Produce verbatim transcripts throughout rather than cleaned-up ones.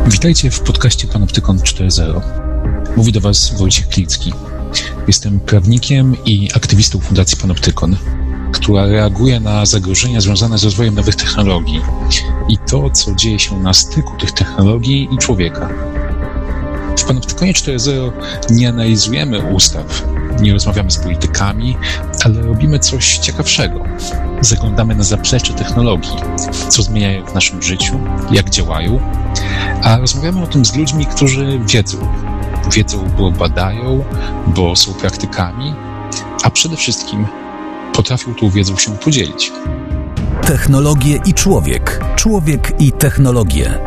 Witajcie w podcaście Panoptykon cztery zero. Mówi do Was Wojciech Klicki. Jestem prawnikiem i aktywistą Fundacji Panoptykon, która reaguje na zagrożenia związane z rozwojem nowych technologii i to, co dzieje się na styku tych technologii i człowieka. W Panoptykonie cztery zero nie analizujemy ustaw, nie rozmawiamy z politykami, ale robimy coś ciekawszego. Zaglądamy na zaplecze technologii, co zmieniają w naszym życiu, jak działają, a rozmawiamy o tym z ludźmi, którzy wiedzą. Wiedzą, bo badają, bo są praktykami, a przede wszystkim potrafią tą wiedzą się podzielić. Technologie i człowiek. Człowiek i technologie.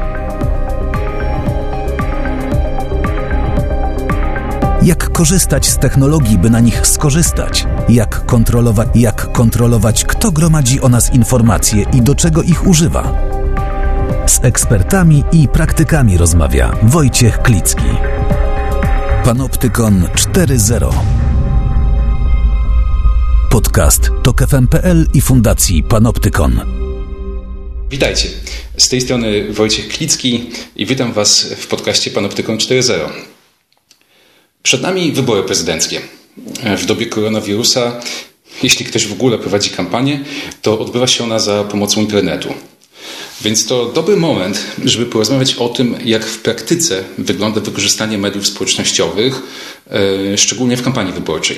Jak korzystać z technologii, by na nich skorzystać? Jak kontrolować, jak kontrolować, kto gromadzi o nas informacje i do czego ich używa? Z ekspertami i praktykami rozmawia Wojciech Klicki. Panoptykon cztery zero. Podcast Tok F M kropka p l i Fundacji Panoptykon. Witajcie, z tej strony Wojciech Klicki i witam Was w podcaście Panoptykon cztery zero. Przed nami wybory prezydenckie. W dobie koronawirusa, jeśli ktoś w ogóle prowadzi kampanię, to odbywa się ona za pomocą internetu. Więc to dobry moment, żeby porozmawiać o tym, jak w praktyce wygląda wykorzystanie mediów społecznościowych, szczególnie w kampanii wyborczej.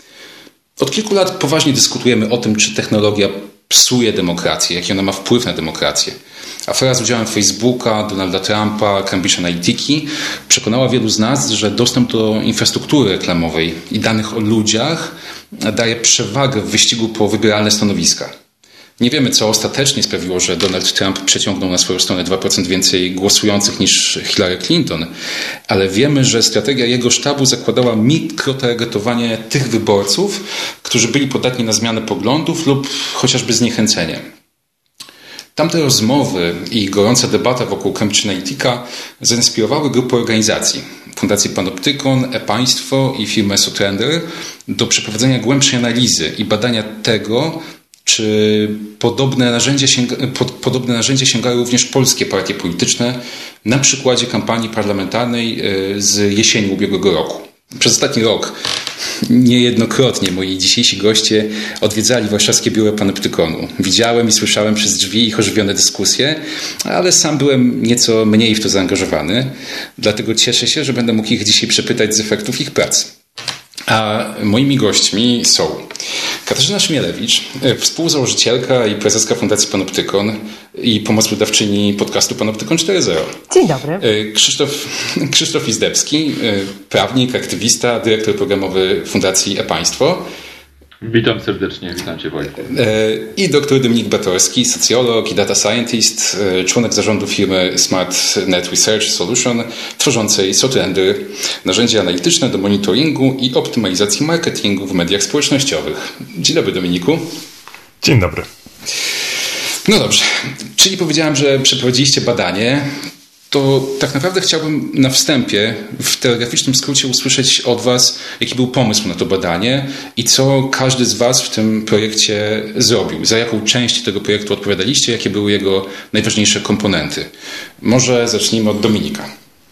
Od kilku lat poważnie dyskutujemy o tym, czy technologia psuje demokrację, jaki ona ma wpływ na demokrację. Afera z udziałem Facebooka, Donalda Trumpa, Cambridge Analytica przekonała wielu z nas, że dostęp do infrastruktury reklamowej i danych o ludziach daje przewagę w wyścigu po wybieralne stanowiska. Nie wiemy, co ostatecznie sprawiło, że Donald Trump przeciągnął na swoją stronę dwa procent więcej głosujących niż Hillary Clinton, ale wiemy, że strategia jego sztabu zakładała mikrotargetowanie tych wyborców, którzy byli podatni na zmianę poglądów lub chociażby zniechęcenie. Tamte rozmowy i gorąca debata wokół Cambridge Analytica zainspirowały grupę organizacji, Fundację Panoptykon, e-Państwo i firmę Sotrender do przeprowadzenia głębszej analizy i badania tego, czy podobne narzędzia, sięga, pod, podobne narzędzia sięgają również polskie partie polityczne na przykładzie kampanii parlamentarnej z jesieni ubiegłego roku. Przez ostatni rok niejednokrotnie moi dzisiejsi goście odwiedzali warszawskie biuro Panoptykonu. Widziałem i słyszałem przez drzwi ich ożywione dyskusje, ale sam byłem nieco mniej w to zaangażowany. Dlatego cieszę się, że będę mógł ich dzisiaj przepytać z efektów ich pracy. A moimi gośćmi są Katarzyna Szmielewicz, współzałożycielka i prezeska Fundacji Panoptykon i pomocodawczyni podcastu Panoptykon cztery zero. Dzień dobry. Krzysztof, Krzysztof Izdebski, prawnik, aktywista, dyrektor programowy Fundacji e-Państwo. Witam serdecznie, witam Cię Wojtku. I dr Dominik Batorski, socjolog i data scientist, członek zarządu firmy Smart Net Research Solution, tworzącej Sotrender, narzędzia analityczne do monitoringu i optymalizacji marketingu w mediach społecznościowych. Dzień dobry, Dominiku. Dzień dobry. No dobrze, czyli powiedziałem, że przeprowadziliście badanie. To tak naprawdę chciałbym na wstępie, w telegraficznym skrócie usłyszeć od Was, jaki był pomysł na to badanie i co każdy z Was w tym projekcie zrobił. Za jaką część tego projektu odpowiadaliście, jakie były jego najważniejsze komponenty. Może zacznijmy od Dominika.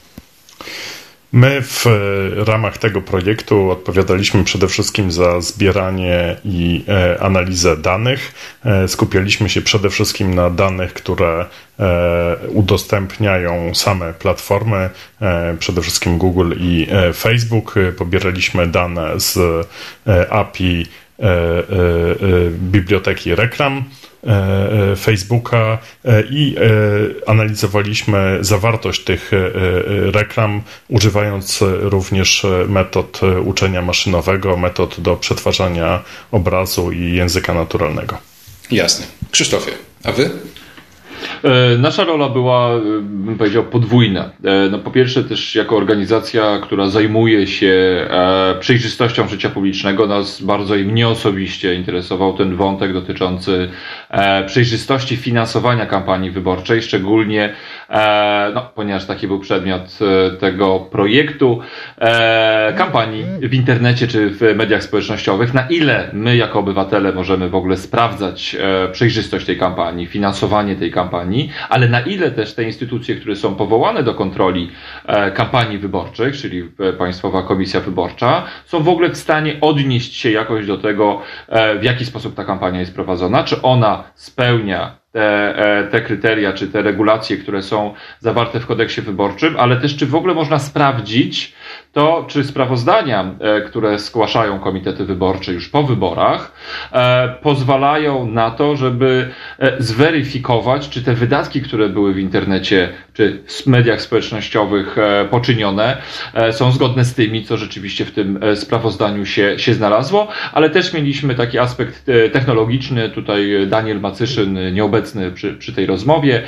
My w ramach tego projektu odpowiadaliśmy przede wszystkim za zbieranie i analizę danych. Skupialiśmy się przede wszystkim na danych, które udostępniają same platformy, przede wszystkim Google i Facebook. Pobieraliśmy dane z A P I biblioteki reklam Facebooka i analizowaliśmy zawartość tych reklam, używając również metod uczenia maszynowego, metod do przetwarzania obrazu i języka naturalnego. Jasne. Krzysztofie, a Wy? Nasza rola była, bym powiedział, podwójna. No, po pierwsze też jako organizacja, która zajmuje się przejrzystością życia publicznego, nas bardzo i mnie osobiście interesował ten wątek dotyczący przejrzystości finansowania kampanii wyborczej, szczególnie no, ponieważ taki był przedmiot tego projektu, kampanii w internecie czy w mediach społecznościowych. Na ile my jako obywatele możemy w ogóle sprawdzać przejrzystość tej kampanii, finansowanie tej kampanii, kampanii, ale na ile też te instytucje, które są powołane do kontroli kampanii wyborczych, czyli Państwowa Komisja Wyborcza, są w ogóle w stanie odnieść się jakoś do tego, w jaki sposób ta kampania jest prowadzona, czy ona spełnia te, te kryteria, czy te regulacje, które są zawarte w kodeksie wyborczym, ale też czy w ogóle można sprawdzić to, czy sprawozdania, które zgłaszają komitety wyborcze już po wyborach, pozwalają na to, żeby zweryfikować, czy te wydatki, które były w internecie, czy w mediach społecznościowych poczynione, są zgodne z tymi, co rzeczywiście w tym sprawozdaniu się, się znalazło, ale też mieliśmy taki aspekt technologiczny. Tutaj Daniel Macyszyn, nieobecny przy, przy tej rozmowie,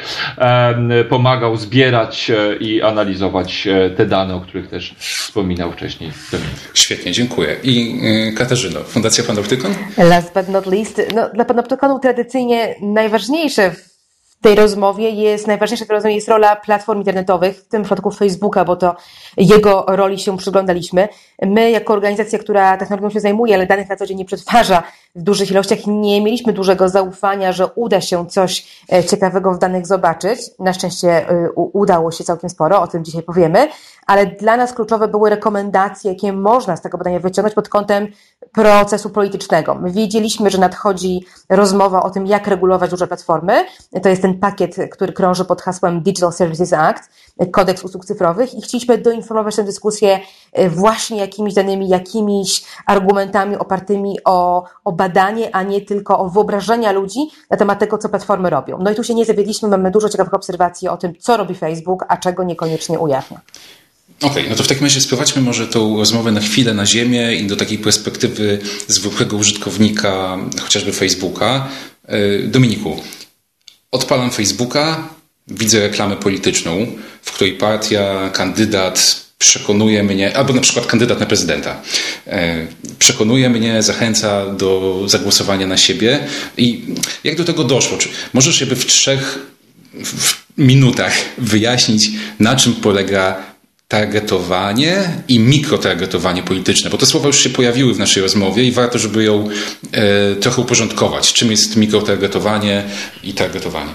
pomagał zbierać i analizować te dane, o których też wspominał wcześniej. Świetnie, dziękuję. I Katarzyno, Fundacja Panoptykon? Last but not least, no, dla Panoptykonu tradycyjnie najważniejsze w tej rozmowie jest, najważniejsza w tej rozmowie jest rola platform internetowych, w tym przypadku Facebooka, bo to jego roli się przyglądaliśmy. My, jako organizacja, która technologią się zajmuje, ale danych na co dzień nie przetwarza w dużych ilościach, nie mieliśmy dużego zaufania, że uda się coś ciekawego w danych zobaczyć. Na szczęście udało się całkiem sporo, o tym dzisiaj powiemy, ale dla nas kluczowe były rekomendacje, jakie można z tego badania wyciągnąć pod kątem procesu politycznego. My wiedzieliśmy, że nadchodzi rozmowa o tym, jak regulować duże platformy. To jest ten pakiet, który krąży pod hasłem Digital Services Act, kodeks usług cyfrowych, i chcieliśmy doinformować tę dyskusję właśnie jakimiś danymi, jakimiś argumentami opartymi o, o badanie, a nie tylko o wyobrażenia ludzi na temat tego, co platformy robią. No i tu się nie zawiedliśmy, mamy dużo ciekawych obserwacji o tym, co robi Facebook, a czego niekoniecznie ujawnia. Okej, okay, no to w takim razie sprowadźmy może tą rozmowę na chwilę na ziemię i do takiej perspektywy zwykłego użytkownika, chociażby Facebooka. Dominiku, odpalam Facebooka, widzę reklamę polityczną, w której partia, kandydat przekonuje mnie, albo na przykład kandydat na prezydenta, przekonuje mnie, zachęca do zagłosowania na siebie. I jak do tego doszło? Czy możesz jakby w trzech w minutach wyjaśnić, na czym polega targetowanie i mikrotargetowanie polityczne, bo te słowa już się pojawiły w naszej rozmowie i warto, żeby ją e, trochę uporządkować. Czym jest mikrotargetowanie i targetowanie?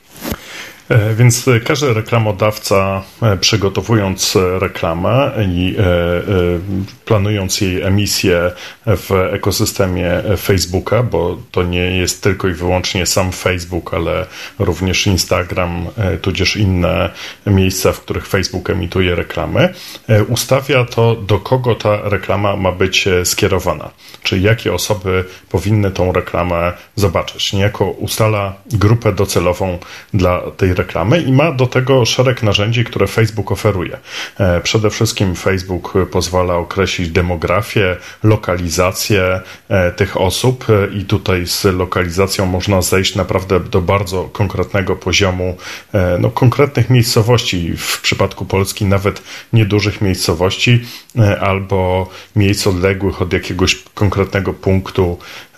Więc każdy reklamodawca, przygotowując reklamę i planując jej emisję w ekosystemie Facebooka, bo to nie jest tylko i wyłącznie sam Facebook, ale również Instagram, tudzież inne miejsca, w których Facebook emituje reklamy, ustawia to, do kogo ta reklama ma być skierowana, czyli jakie osoby powinny tą reklamę zobaczyć. Niejako ustala grupę docelową dla tej reklamy i ma do tego szereg narzędzi, które Facebook oferuje. Przede wszystkim Facebook pozwala określić demografię, lokalizację tych osób i tutaj z lokalizacją można zejść naprawdę do bardzo konkretnego poziomu, no, konkretnych miejscowości, w przypadku Polski nawet niedużych miejscowości albo miejsc odległych od jakiegoś konkretnego punktu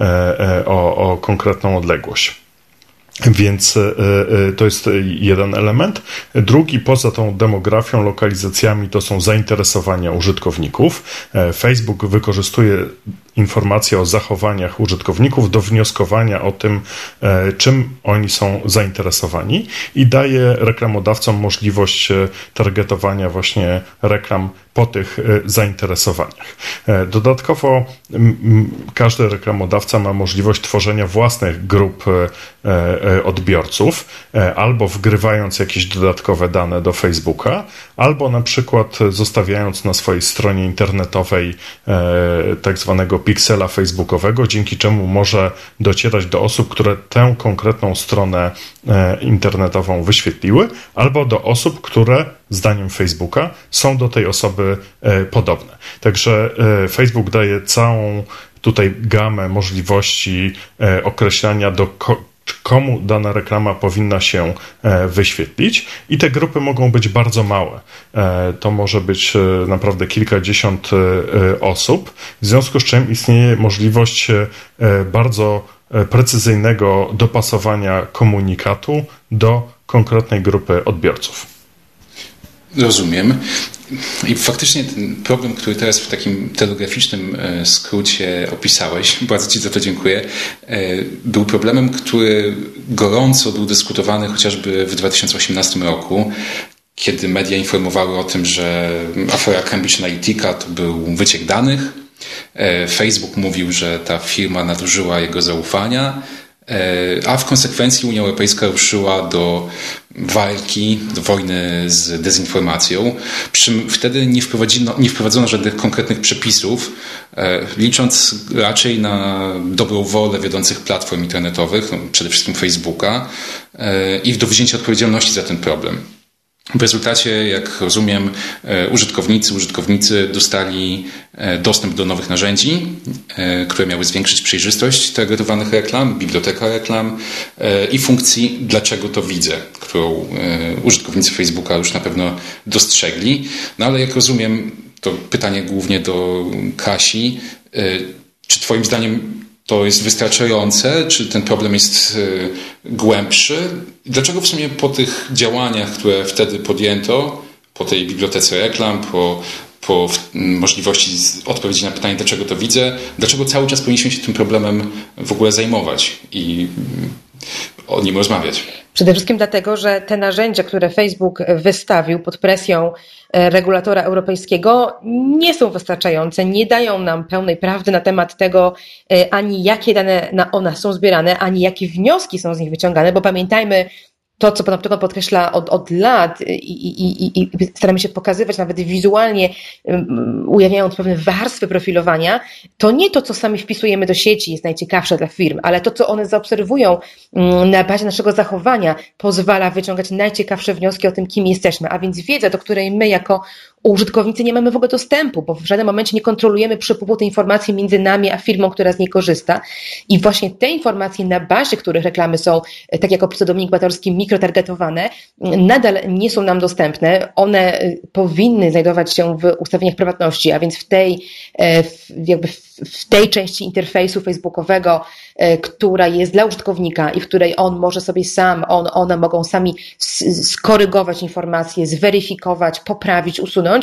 o, o konkretną odległość. Więc to jest jeden element. Drugi, poza tą demografią, lokalizacjami, to są zainteresowania użytkowników. Facebook wykorzystuje informacje o zachowaniach użytkowników do wnioskowania o tym, czym oni są zainteresowani i daje reklamodawcom możliwość targetowania właśnie reklam po tych zainteresowaniach. Dodatkowo każdy reklamodawca ma możliwość tworzenia własnych grup odbiorców, albo wgrywając jakieś dodatkowe dane do Facebooka, albo na przykład zostawiając na swojej stronie internetowej tak zwanego piksela facebookowego, dzięki czemu może docierać do osób, które tę konkretną stronę internetową wyświetliły, albo do osób, które zdaniem Facebooka są do tej osoby podobne. Także Facebook daje całą tutaj gamę możliwości określania, do ko- komu dana reklama powinna się wyświetlić i te grupy mogą być bardzo małe. To może być naprawdę kilkadziesiąt osób, w związku z czym istnieje możliwość bardzo precyzyjnego dopasowania komunikatu do konkretnej grupy odbiorców. Rozumiem. I faktycznie ten problem, który teraz w takim telegraficznym skrócie opisałeś, bardzo Ci za to dziękuję, był problemem, który gorąco był dyskutowany chociażby w dwa tysiące osiemnastym roku, kiedy media informowały o tym, że afera Cambridge Analytica to był wyciek danych. Facebook mówił, że ta firma nadużyła jego zaufania, a w konsekwencji Unia Europejska ruszyła do walki, do wojny z dezinformacją. Wtedy nie wprowadzono, nie wprowadzono żadnych konkretnych przepisów, licząc raczej na dobrą wolę wiodących platform internetowych, no przede wszystkim Facebooka, i do wzięcia odpowiedzialności za ten problem. W rezultacie, jak rozumiem, użytkownicy, użytkownicy dostali dostęp do nowych narzędzi, które miały zwiększyć przejrzystość targetowanych reklam, biblioteka reklam i funkcji dlaczego to widzę, którą użytkownicy Facebooka już na pewno dostrzegli. No ale jak rozumiem, to pytanie głównie do Kasi, czy Twoim zdaniem to jest wystarczające? Czy ten problem jest głębszy? Dlaczego w sumie po tych działaniach, które wtedy podjęto, po tej bibliotece reklam, po, po możliwości odpowiedzi na pytanie, dlaczego to widzę, dlaczego cały czas powinniśmy się tym problemem w ogóle zajmować i o nim rozmawiać? Przede wszystkim dlatego, że te narzędzia, które Facebook wystawił pod presją regulatora europejskiego, nie są wystarczające, nie dają nam pełnej prawdy na temat tego, ani jakie dane na one są zbierane, ani jakie wnioski są z nich wyciągane, bo pamiętajmy, to, co Panoptykon podkreśla od, od lat i, i, i, i staramy się pokazywać nawet wizualnie, um, ujawniając pewne warstwy profilowania, to nie to, co sami wpisujemy do sieci jest najciekawsze dla firm, ale to, co one zaobserwują um, na bazie naszego zachowania, pozwala wyciągać najciekawsze wnioski o tym, kim jesteśmy, a więc wiedza, do której my jako użytkownicy nie mamy w ogóle dostępu, bo w żadnym momencie nie kontrolujemy przepływu tej informacji między nami a firmą, która z niej korzysta. I właśnie te informacje, na bazie których reklamy są, tak jak opisał Dominik Batorski, mikrotargetowane, nadal nie są nam dostępne. One powinny znajdować się w ustawieniach prywatności, a więc w tej, jakby w tej części interfejsu facebookowego, która jest dla użytkownika i w której on może sobie sam, on, one mogą sami skorygować informacje, zweryfikować, poprawić, usunąć.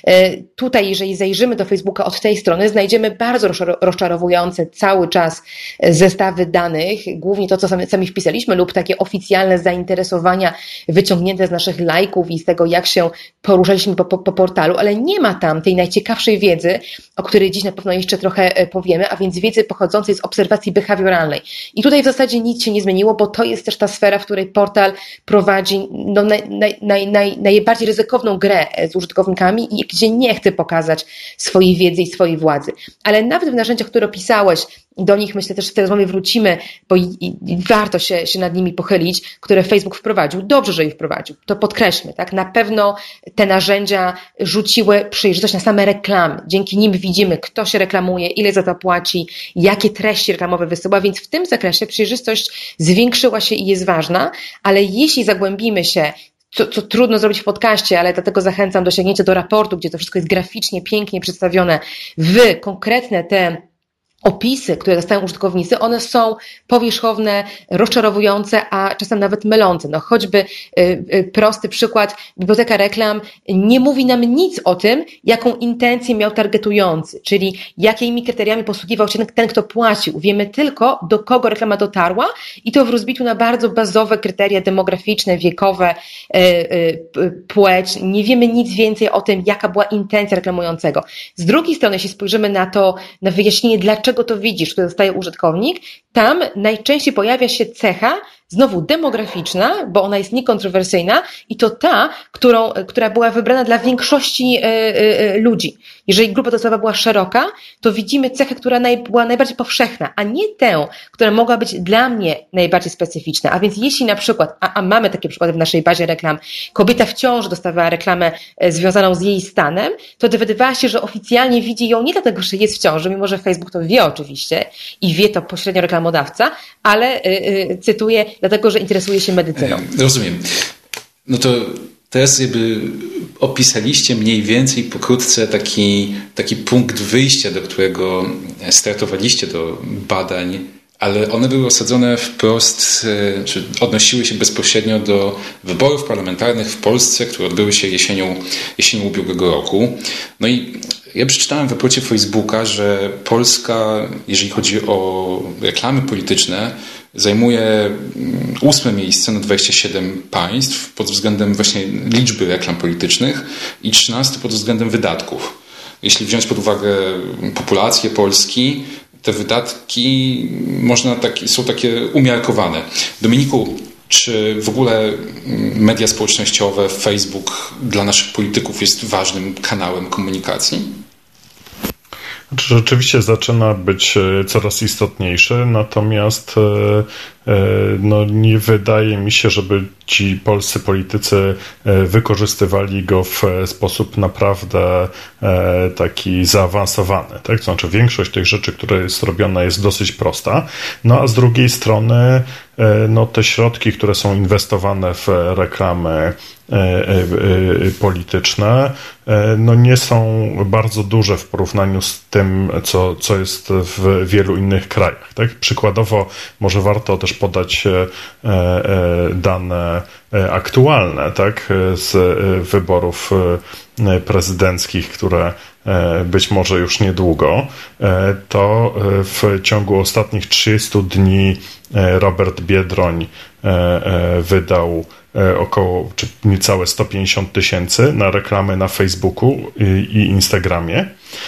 Tutaj, jeżeli zajrzymy do Facebooka od tej strony, znajdziemy bardzo rozczarowujące cały czas zestawy danych, głównie to, co sami, sami wpisaliśmy, lub takie oficjalne zainteresowania wyciągnięte z naszych lajków i z tego, jak się poruszaliśmy po, po, po portalu, ale nie ma tam tej najciekawszej wiedzy, o której dziś na pewno jeszcze trochę powiemy, a więc wiedzy pochodzącej z obserwacji behawioralnej. I tutaj w zasadzie nic się nie zmieniło, bo to jest też ta sfera, w której portal prowadzi no, naj, naj, naj, naj, najbardziej ryzykowną grę z użytkownikami i gdzie nie chce pokazać swojej wiedzy i swojej władzy. Ale nawet w narzędziach, które opisałeś, do nich myślę też w tej rozmowie wrócimy, bo i, i warto się, się nad nimi pochylić, które Facebook wprowadził. Dobrze, że je wprowadził. To podkreślmy, tak? Na pewno te narzędzia rzuciły przejrzystość na same reklamy. Dzięki nim widzimy, kto się reklamuje, ile za to płaci, jakie treści reklamowe wysyła, więc w tym zakresie przejrzystość zwiększyła się i jest ważna, ale jeśli zagłębimy się, Co, co trudno zrobić w podcaście, ale dlatego zachęcam do sięgnięcia do raportu, gdzie to wszystko jest graficznie, pięknie przedstawione, w konkretne te opisy, które dostają użytkownicy, one są powierzchowne, rozczarowujące, a czasem nawet mylące. No choćby y, y, prosty przykład, biblioteka reklam nie mówi nam nic o tym, jaką intencję miał targetujący, czyli jakimi kryteriami posługiwał się ten, ten, kto płacił. Wiemy tylko, do kogo reklama dotarła i to w rozbiciu na bardzo bazowe kryteria demograficzne, wiekowe, y, y, płeć. Nie wiemy nic więcej o tym, jaka była intencja reklamującego. Z drugiej strony, jeśli spojrzymy na to, na wyjaśnienie, dlaczego to widzisz, które dostaje użytkownik, tam najczęściej pojawia się cecha, znowu demograficzna, bo ona jest niekontrowersyjna i to ta, którą, która była wybrana dla większości y, y, ludzi. Jeżeli grupa docelowa była szeroka, to widzimy cechę, która naj, była najbardziej powszechna, a nie tę, która mogła być dla mnie najbardziej specyficzna. A więc jeśli na przykład, a, a mamy takie przykłady w naszej bazie reklam, kobieta w ciąży dostawała reklamę związaną z jej stanem, to dowiadywała się, że oficjalnie widzi ją nie dlatego, że jest w ciąży, mimo że Facebook to wie oczywiście i wie to pośrednio reklamodawca, ale y, y, cytuję, dlatego, że interesuje się medycyną. Rozumiem. No to teraz jakby opisaliście mniej więcej pokrótce taki, taki punkt wyjścia, do którego startowaliście do badań ale one były osadzone wprost, czy odnosiły się bezpośrednio do wyborów parlamentarnych w Polsce, które odbyły się jesienią, jesienią ubiegłego roku. No i ja przeczytałem w raporcie Facebooka, że Polska, jeżeli chodzi o reklamy polityczne, zajmuje ósme miejsce na dwadzieścia siedem państw pod względem właśnie liczby reklam politycznych i trzynaste pod względem wydatków. Jeśli wziąć pod uwagę populację Polski, te wydatki można tak, są takie umiarkowane. Dominiku, czy w ogóle media społecznościowe, Facebook dla naszych polityków jest ważnym kanałem komunikacji? Rzeczywiście zaczyna być coraz istotniejszy, natomiast no, nie wydaje mi się, żeby ci polscy politycy wykorzystywali go w sposób naprawdę taki zaawansowany. Tak? To znaczy większość tych rzeczy, które jest robiona, jest dosyć prosta, no a z drugiej strony no, te środki, które są inwestowane w reklamy polityczne, no nie są bardzo duże w porównaniu z tym, co, co jest w wielu innych krajach. Tak? Przykładowo może warto też podać dane aktualne, tak? Z wyborów prezydenckich, które być może już niedługo, to w ciągu ostatnich trzydziestu dni Robert Biedroń wydał około, czy niecałe sto pięćdziesiąt tysięcy na reklamy na Facebooku i Instagramie.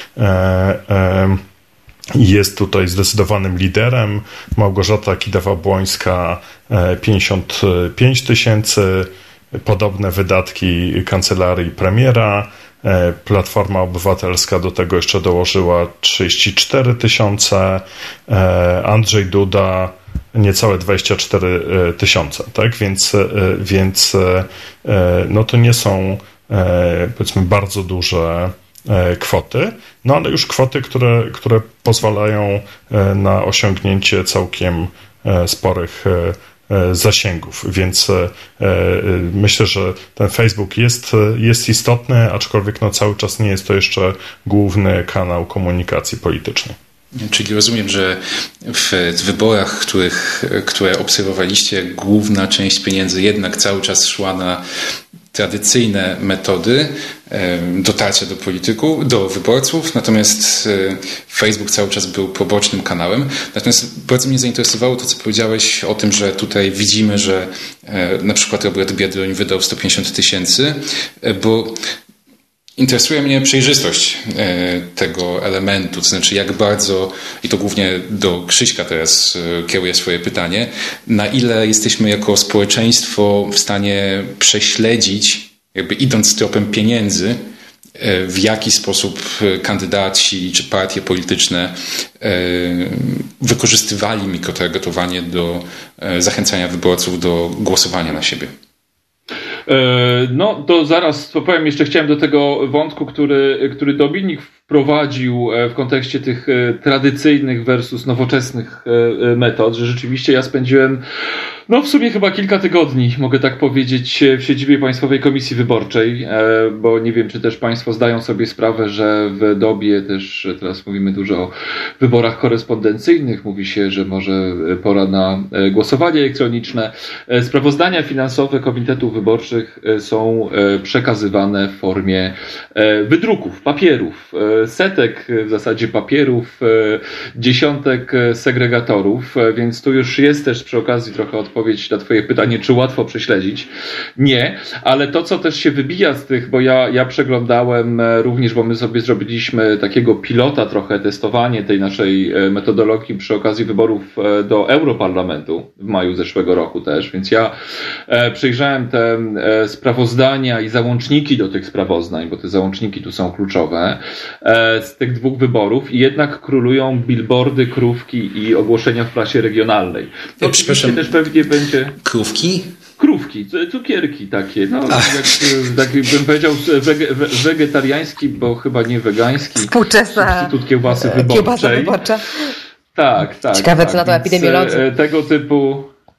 Jest tutaj zdecydowanym liderem. Małgorzata Kidawa-Błońska pięćdziesiąt pięć tysięcy, podobne wydatki kancelarii premiera. Platforma Obywatelska do tego jeszcze dołożyła trzydzieści cztery tysiące, Andrzej Duda niecałe dwadzieścia cztery tysiące, tak? Więc, więc no to nie są, powiedzmy, bardzo duże kwoty, no ale już kwoty, które, które pozwalają na osiągnięcie całkiem sporych zasięgów, więc myślę, że ten Facebook jest, jest istotny, aczkolwiek no cały czas nie jest to jeszcze główny kanał komunikacji politycznej. Czyli rozumiem, że w wyborach, których, które obserwowaliście, główna część pieniędzy jednak cały czas szła na tradycyjne metody dotarcia do polityków, do wyborców, natomiast Facebook cały czas był pobocznym kanałem. Natomiast bardzo mnie zainteresowało to, co powiedziałeś o tym, że tutaj widzimy, że na przykład Robert Biedroń wydał sto pięćdziesiąt tysięcy, bo interesuje mnie przejrzystość tego elementu, to znaczy jak bardzo, i to głównie do Krzyśka teraz kieruję swoje pytanie, na ile jesteśmy jako społeczeństwo w stanie prześledzić, jakby idąc tropem pieniędzy, w jaki sposób kandydaci czy partie polityczne wykorzystywali mikrotargetowanie do zachęcania wyborców do głosowania na siebie. No, to zaraz powiem, jeszcze chciałem do tego wątku, który, który Dominik wprowadził w kontekście tych tradycyjnych versus nowoczesnych metod, że rzeczywiście ja spędziłem no w sumie chyba kilka tygodni, mogę tak powiedzieć, w siedzibie Państwowej Komisji Wyborczej, bo nie wiem, czy też Państwo zdają sobie sprawę, że w dobie też, teraz mówimy dużo o wyborach korespondencyjnych, mówi się, że może pora na głosowanie elektroniczne. Sprawozdania finansowe komitetów wyborczych są przekazywane w formie wydruków, papierów, setek w zasadzie papierów, dziesiątek segregatorów, więc tu już jest też przy okazji trochę odpowiedź na Twoje pytanie, czy łatwo prześledzić. Nie, ale to, co też się wybija z tych, bo ja, ja przeglądałem również, bo my sobie zrobiliśmy takiego pilota, trochę testowanie tej naszej metodologii przy okazji wyborów do Europarlamentu w maju zeszłego roku też, więc ja przejrzałem te sprawozdania i załączniki do tych sprawozdań, bo te załączniki tu są kluczowe, z tych dwóch wyborów i jednak królują billboardy, krówki i ogłoszenia w prasie regionalnej. To Przepraszam, też pewnie będzie... Krówki? Krówki, cukierki takie, no jak, tak bym powiedział wege, wegetariański, bo chyba nie wegański. Współczesna substytut kiełbasy wyborczej. wyborcza. Tak, tak. Ciekawe, tak. co na to epidemiolodzy. Tego typu...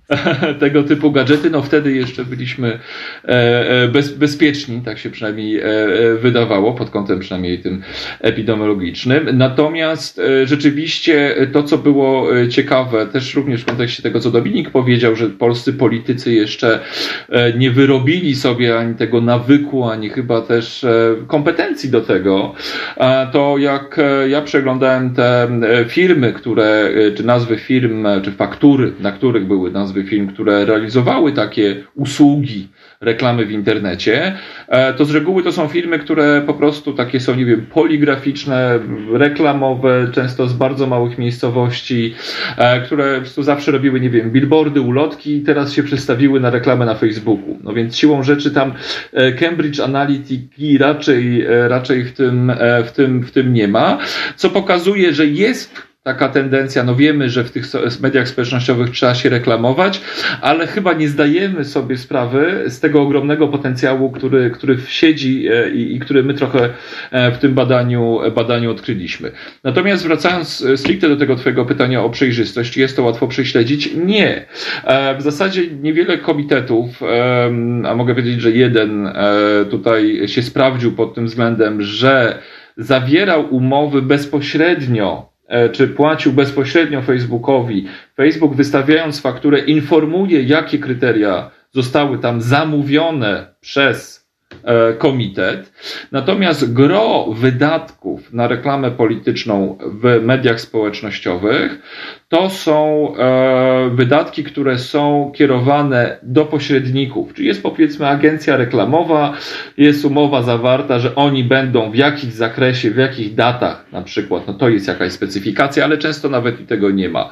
tego typu gadżety, no wtedy jeszcze byliśmy bez, bezpieczni, tak się przynajmniej wydawało, pod kątem przynajmniej tym epidemiologicznym. Natomiast rzeczywiście to, co było ciekawe, też również w kontekście tego, co Dominik powiedział, że polscy politycy jeszcze nie wyrobili sobie ani tego nawyku, ani chyba też kompetencji do tego, to jak ja przeglądałem te firmy, które, czy nazwy firm, czy faktury, na których były nazwy firm, które realizowały takie usługi reklamy w internecie, to z reguły to są firmy, które po prostu takie są, nie wiem, poligraficzne, reklamowe, często z bardzo małych miejscowości, które po prostu zawsze robiły, nie wiem, billboardy, ulotki i teraz się przestawiły na reklamę na Facebooku. No więc siłą rzeczy tam Cambridge Analytica raczej, raczej w tym, w tym, w tym nie ma, co pokazuje, że jest taka tendencja, no wiemy, że w tych mediach społecznościowych trzeba się reklamować, ale chyba nie zdajemy sobie sprawy z tego ogromnego potencjału, który, który siedzi i, i który my trochę w tym badaniu, badaniu odkryliśmy. Natomiast wracając stricte do tego twojego pytania o przejrzystość, jest to łatwo prześledzić? Nie. W zasadzie niewiele komitetów, a mogę powiedzieć, że jeden tutaj się sprawdził pod tym względem, że zawierał umowy bezpośrednio czy płacił bezpośrednio Facebookowi. Facebook, wystawiając fakturę, informuje, jakie kryteria zostały tam zamówione przez komitet. Natomiast gro wydatków na reklamę polityczną w mediach społecznościowych to są e, wydatki, które są kierowane do pośredników. Czyli jest, powiedzmy, agencja reklamowa, jest umowa zawarta, że oni będą w jakimś zakresie, w jakich datach na przykład, no to jest jakaś specyfikacja, ale często nawet i tego nie ma.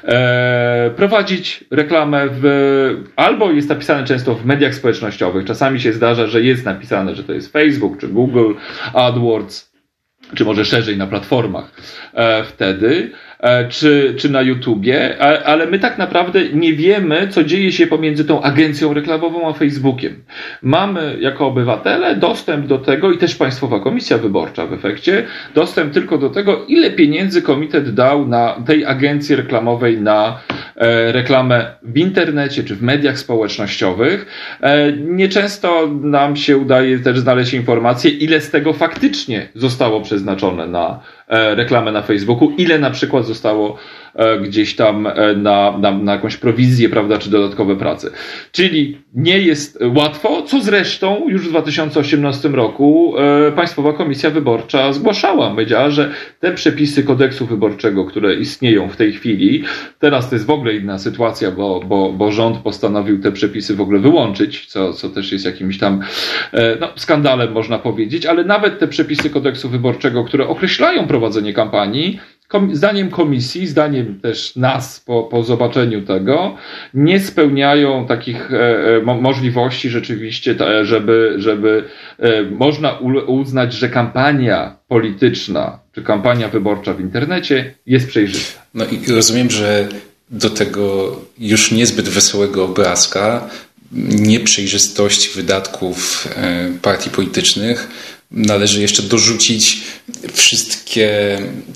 E, prowadzić reklamę w, albo jest napisane często w mediach społecznościowych. Czasami się zdarza, że jest napisane, że to jest Facebook, czy Google, AdWords, czy może szerzej na platformach e, wtedy, e, czy, czy na YouTubie, a, ale my tak naprawdę nie wiemy, co dzieje się pomiędzy tą agencją reklamową a Facebookiem. Mamy jako obywatele dostęp do tego i też Państwowa Komisja Wyborcza w efekcie, dostęp tylko do tego, ile pieniędzy komitet dał na tej agencji reklamowej na e, reklamę w internecie czy w mediach społecznościowych. E, nieczęsto nam się udaje też znaleźć informacje, ile z tego faktycznie zostało przeznaczone na e, reklamę na Facebooku, ile na przykład zostało e, gdzieś tam e, na, na, na jakąś prowizję, prawda, czy dodatkowe prace. Czyli nie jest łatwo, co zresztą już w dwa tysiące osiemnastym roku e, Państwowa Komisja Wyborcza zgłaszała. Powiedziała, że te przepisy kodeksu wyborczego, które istnieją w tej chwili, teraz to jest w ogóle inna sytuacja, bo, bo, bo rząd postanowił te przepisy w ogóle wyłączyć, co, co też jest jakimś tam e, no, skandalem, można powiedzieć, ale nawet te przepisy kodeksu wyborczego, które określają prowadzenie kampanii, kom, zdaniem komisji, zdaniem też nas po, po zobaczeniu tego, nie spełniają takich e, mo, możliwości rzeczywiście, ta, żeby, żeby e, można u, uznać, że kampania polityczna czy kampania wyborcza w internecie jest przejrzysta. No i rozumiem, że do tego już niezbyt wesołego obrazka nieprzejrzystości wydatków partii politycznych należy jeszcze dorzucić wszystkie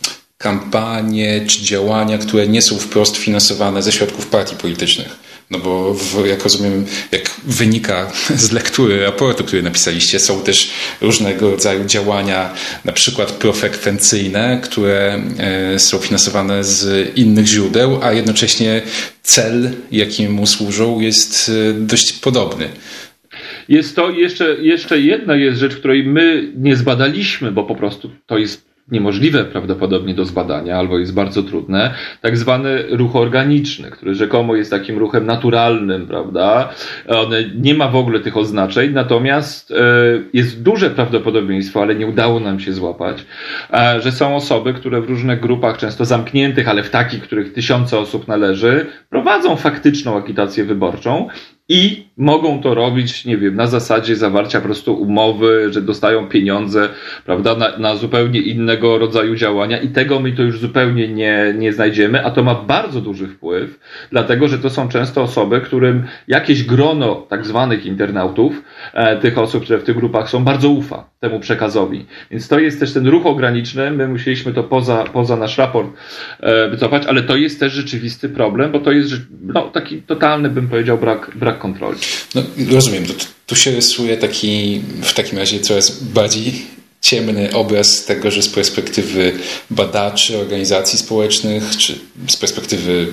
kampanie czy działania, które nie są wprost finansowane ze środków partii politycznych. No bo w, jak rozumiem, jak wynika z lektury raportu, który napisaliście, są też różnego rodzaju działania, na przykład profrekwencyjne, które e, są finansowane z innych źródeł, a jednocześnie cel, jakiemu służą, jest e, dość podobny. Jest to jeszcze, jeszcze jedna jest rzecz, której my nie zbadaliśmy, bo po prostu to jest niemożliwe prawdopodobnie do zbadania, albo jest bardzo trudne, tak zwany ruch organiczny, który rzekomo jest takim ruchem naturalnym, prawda? One nie ma w ogóle tych oznaczeń, natomiast e, jest duże prawdopodobieństwo, ale nie udało nam się złapać, e, że są osoby, które w różnych grupach, często zamkniętych, ale w takich, których tysiące osób należy, prowadzą faktyczną agitację wyborczą i mogą to robić, nie wiem, na zasadzie zawarcia po prostu umowy, że dostają pieniądze, prawda, na, na zupełnie innego rodzaju działania i tego my to już zupełnie nie, nie znajdziemy, a to ma bardzo duży wpływ, dlatego, że to są często osoby, którym jakieś grono tak zwanych internautów, e, tych osób, które w tych grupach są, bardzo ufa temu przekazowi. Więc to jest też ten ruch ograniczny, my musieliśmy to poza, poza nasz raport e, wycofać, ale to jest też rzeczywisty problem, bo to jest no, taki totalny, bym powiedział, brak, brak kontroli. No, rozumiem, to, tu się rysuje taki w takim razie coraz bardziej ciemny obraz tego, że z perspektywy badaczy, organizacji społecznych, czy z perspektywy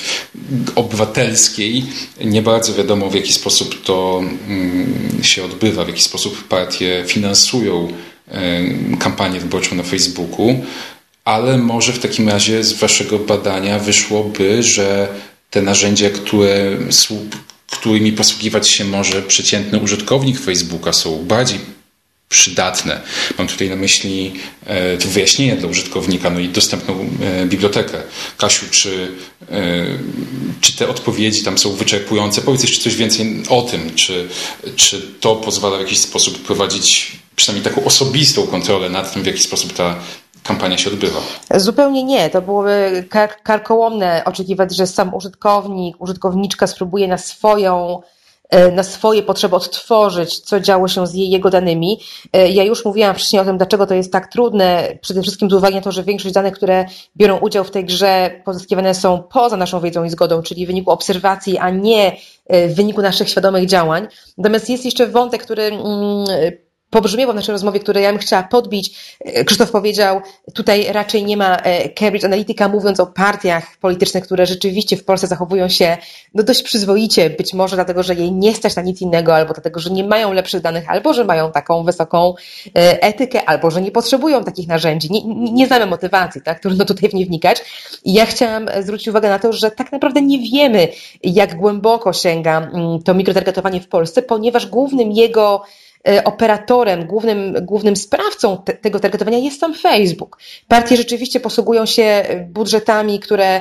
obywatelskiej nie bardzo wiadomo, w jaki sposób to mm, się odbywa, w jaki sposób partie finansują y, kampanię wyborczą na Facebooku, ale może w takim razie z waszego badania wyszłoby, że te narzędzia, które którymi posługiwać się może przeciętny użytkownik Facebooka, są bardziej przydatne. Mam tutaj na myśli e, to wyjaśnienie dla użytkownika, no i dostępną e, bibliotekę. Kasiu, czy, e, czy te odpowiedzi tam są wyczerpujące? Powiedz jeszcze coś więcej o tym, czy, czy to pozwala w jakiś sposób prowadzić przynajmniej taką osobistą kontrolę nad tym, w jaki sposób ta kampania się odbywa? Zupełnie nie. To byłoby kar- karkołomne oczekiwać, że sam użytkownik, użytkowniczka spróbuje na swoją na swoje potrzeby odtworzyć, co działo się z jej, jego danymi. Ja już mówiłam wcześniej o tym, dlaczego to jest tak trudne, przede wszystkim z uwagi na to, że większość danych, które biorą udział w tej grze, pozyskiwane są poza naszą wiedzą i zgodą, czyli w wyniku obserwacji, a nie w wyniku naszych świadomych działań. Natomiast jest jeszcze wątek, który mm, pobrzmiewał w naszej rozmowie, które ja bym chciała podbić. Krzysztof powiedział, tutaj raczej nie ma Cambridge Analytica, mówiąc o partiach politycznych, które rzeczywiście w Polsce zachowują się no dość przyzwoicie, być może dlatego, że jej nie stać na nic innego, albo dlatego, że nie mają lepszych danych, albo że mają taką wysoką etykę, albo że nie potrzebują takich narzędzi. Nie, nie, nie znamy motywacji, tak? Trudno tutaj w nie wnikać. I ja chciałam zwrócić uwagę na to, że tak naprawdę nie wiemy, jak głęboko sięga to mikrotargetowanie w Polsce, ponieważ głównym jego operatorem, głównym, głównym sprawcą te, tego targetowania jest sam Facebook. Partie rzeczywiście posługują się budżetami, które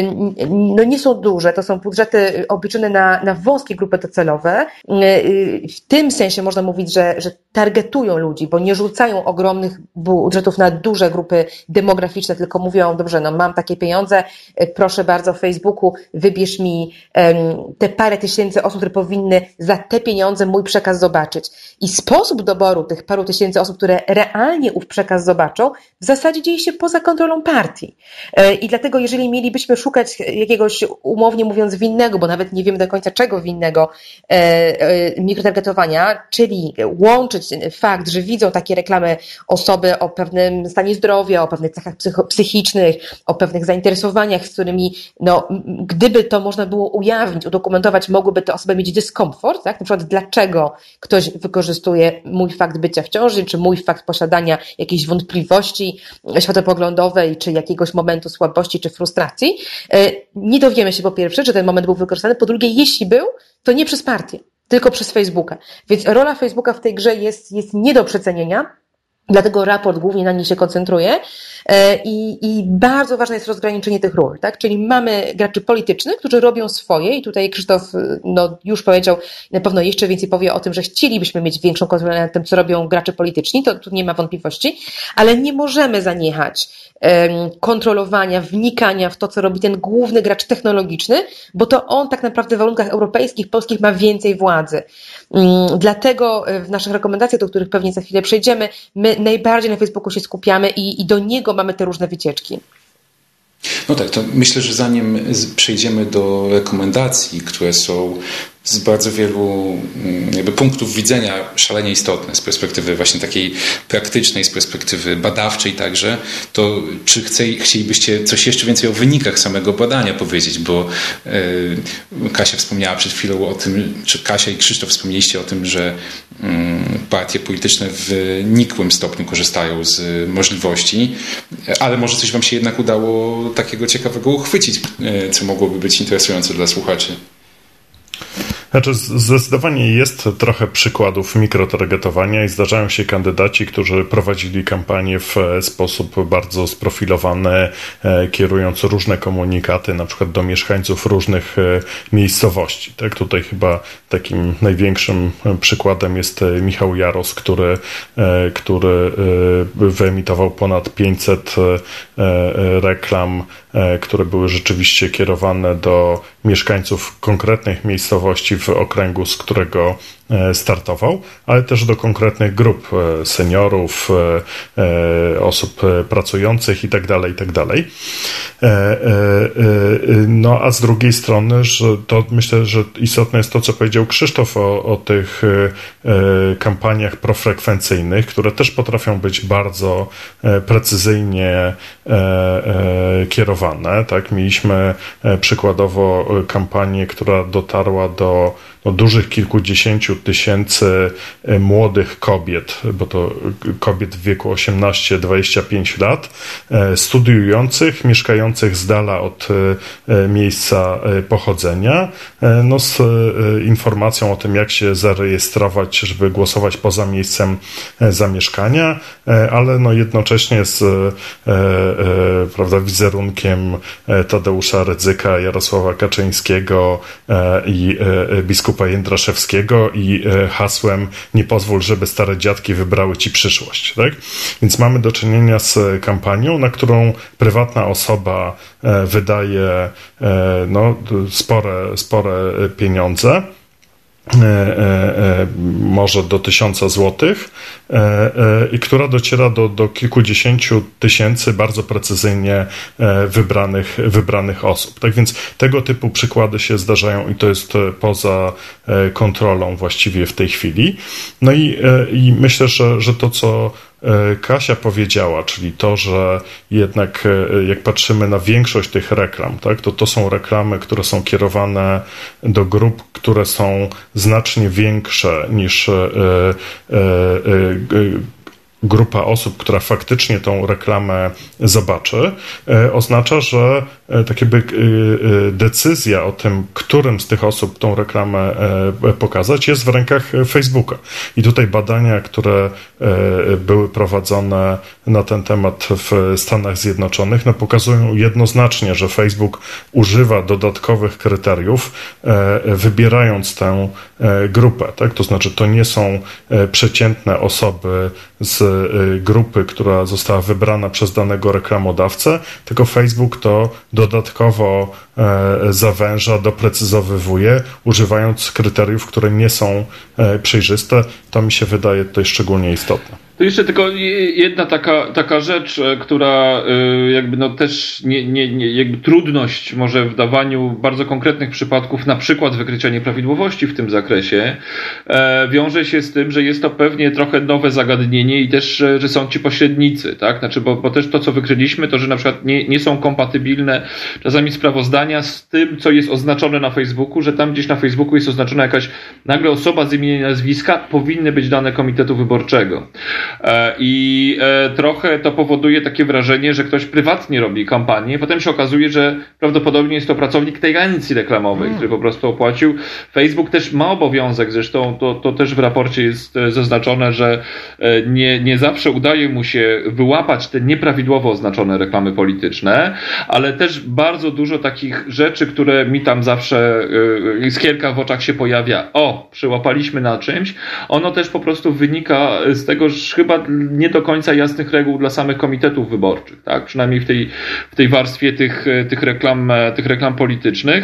no nie są duże, to są budżety obliczone na, na wąskie grupy docelowe. W tym sensie można mówić, że, że targetują ludzi, bo nie rzucają ogromnych budżetów na duże grupy demograficzne, tylko mówią, dobrze, no mam takie pieniądze, proszę bardzo w Facebooku, wybierz mi te parę tysięcy osób, które powinny za te pieniądze mój przekaz zobaczyć. I sposób doboru tych paru tysięcy osób, które realnie ów przekaz zobaczą, w zasadzie dzieje się poza kontrolą partii. I dlatego, jeżeli mielibyśmy szukać jakiegoś, umownie mówiąc, winnego, bo nawet nie wiemy do końca czego winnego, mikrotargetowania, czyli łączyć fakt, że widzą takie reklamy osoby o pewnym stanie zdrowia, o pewnych cechach psycho- psychicznych, o pewnych zainteresowaniach, z którymi, no, gdyby to można było ujawnić, udokumentować, mogłyby te osoby mieć dyskomfort, tak? Na przykład dlaczego ktoś wykorzystuje mój fakt bycia w ciąży, czy mój fakt posiadania jakiejś wątpliwości światopoglądowej, czy jakiegoś momentu słabości, czy frustracji. Nie dowiemy się po pierwsze, czy ten moment był wykorzystany, po drugie, jeśli był, to nie przez partię, tylko przez Facebooka. Więc rola Facebooka w tej grze jest, jest nie do przecenienia. Dlatego raport głównie na niej się koncentruje i, i bardzo ważne jest rozgraniczenie tych ról, tak? Czyli mamy graczy politycznych, którzy robią swoje i tutaj Krzysztof no, już powiedział, na pewno jeszcze więcej powie o tym, że chcielibyśmy mieć większą kontrolę nad tym, co robią gracze polityczni, to tu nie ma wątpliwości, ale nie możemy zaniechać um, kontrolowania, wnikania w to, co robi ten główny gracz technologiczny, bo to on tak naprawdę w warunkach europejskich, polskich ma więcej władzy. Um, dlatego w naszych rekomendacjach, do których pewnie za chwilę przejdziemy, my najbardziej na Facebooku się skupiamy i, i do niego mamy te różne wycieczki. No tak, to myślę, że zanim przejdziemy do rekomendacji, które są z bardzo wielu jakby punktów widzenia szalenie istotne z perspektywy właśnie takiej praktycznej, z perspektywy badawczej także, to czy chce, chcielibyście coś jeszcze więcej o wynikach samego badania powiedzieć, bo yy, Kasia wspomniała przed chwilą o tym, czy Kasia i Krzysztof wspomnieliście o tym, że yy, partie polityczne w nikłym stopniu korzystają z możliwości, ale może coś wam się jednak udało takiego ciekawego uchwycić, yy, co mogłoby być interesujące dla słuchaczy. Znaczy, zdecydowanie jest trochę przykładów mikrotargetowania i zdarzają się kandydaci, którzy prowadzili kampanię w sposób bardzo sprofilowany, kierując różne komunikaty, na przykład do mieszkańców różnych miejscowości. Tak, tutaj chyba takim największym przykładem jest Michał Jaros, który, który wyemitował ponad pięćset reklam, które były rzeczywiście kierowane do mieszkańców konkretnych miejscowości w okręgu, z którego startował, ale też do konkretnych grup seniorów, osób pracujących itd., itd. No a z drugiej strony, że to myślę, że istotne jest to, co powiedział Krzysztof o, o tych kampaniach profrekwencyjnych, które też potrafią być bardzo precyzyjnie kierowane. Tak? Mieliśmy przykładowo kampanię, która dotarła do no, dużych kilkudziesięciu tysięcy młodych kobiet, bo to kobiet w wieku osiemnaście do dwudziestu pięciu lat, studiujących, mieszkających z dala od miejsca pochodzenia, no, z informacją o tym, jak się zarejestrować, żeby głosować poza miejscem zamieszkania, ale no, jednocześnie z prawda, wizerunkiem Tadeusza Rydzyka, Jarosława Kaczyńskiego i biskupa Jędraszewskiego i hasłem "nie pozwól, żeby stare dziadki wybrały ci przyszłość". Tak? Więc mamy do czynienia z kampanią, na którą prywatna osoba wydaje no, spore, spore pieniądze. Może do tysiąca złotych i która dociera do, do kilkudziesięciu tysięcy bardzo precyzyjnie wybranych, wybranych osób. Tak więc tego typu przykłady się zdarzają i to jest poza kontrolą właściwie w tej chwili. No i, i myślę, że, że to, co Kasia powiedziała, czyli to, że jednak jak patrzymy na większość tych reklam, tak, to to są reklamy, które są kierowane do grup, które są znacznie większe niż e, e, e, grupa osób, która faktycznie tą reklamę zobaczy, oznacza, że tak jakby decyzja o tym, którym z tych osób tą reklamę pokazać, jest w rękach Facebooka. I tutaj badania, które były prowadzone na ten temat w Stanach Zjednoczonych, no pokazują jednoznacznie, że Facebook używa dodatkowych kryteriów, wybierając tę grupę. Tak? To znaczy, to nie są przeciętne osoby z grupy, która została wybrana przez danego reklamodawcę, tylko Facebook to dodatkowo zawęża, doprecyzowywuje, używając kryteriów, które nie są przejrzyste. To mi się wydaje tutaj szczególnie istotne. To jeszcze tylko jedna taka, taka rzecz, która jakby no też nie, nie, nie, jakby trudność może w dawaniu bardzo konkretnych przypadków, na przykład wykrycia nieprawidłowości w tym zakresie, wiąże się z tym, że jest to pewnie trochę nowe zagadnienie i też, że są ci pośrednicy, tak? Znaczy, bo, bo też to, co wykryliśmy, to, że na przykład nie, nie są kompatybilne czasami sprawozdania z tym, co jest oznaczone na Facebooku, że tam gdzieś na Facebooku jest oznaczona jakaś nagle osoba z imienia i nazwiska, powinny być dane Komitetu Wyborczego. I trochę to powoduje takie wrażenie, że ktoś prywatnie robi kampanię, potem się okazuje, że prawdopodobnie jest to pracownik tej agencji reklamowej, hmm. który po prostu opłacił. Facebook też ma obowiązek, zresztą to, to też w raporcie jest zaznaczone, że nie, nie zawsze udaje mu się wyłapać te nieprawidłowo oznaczone reklamy polityczne, ale też bardzo dużo takich rzeczy, które mi tam zawsze iskierka w oczach się pojawia. O, przyłapaliśmy na czymś. Ono też po prostu wynika z tego, że chyba nie do końca jasnych reguł dla samych komitetów wyborczych, tak? Przynajmniej w tej, w tej warstwie tych, tych reklam, tych reklam politycznych.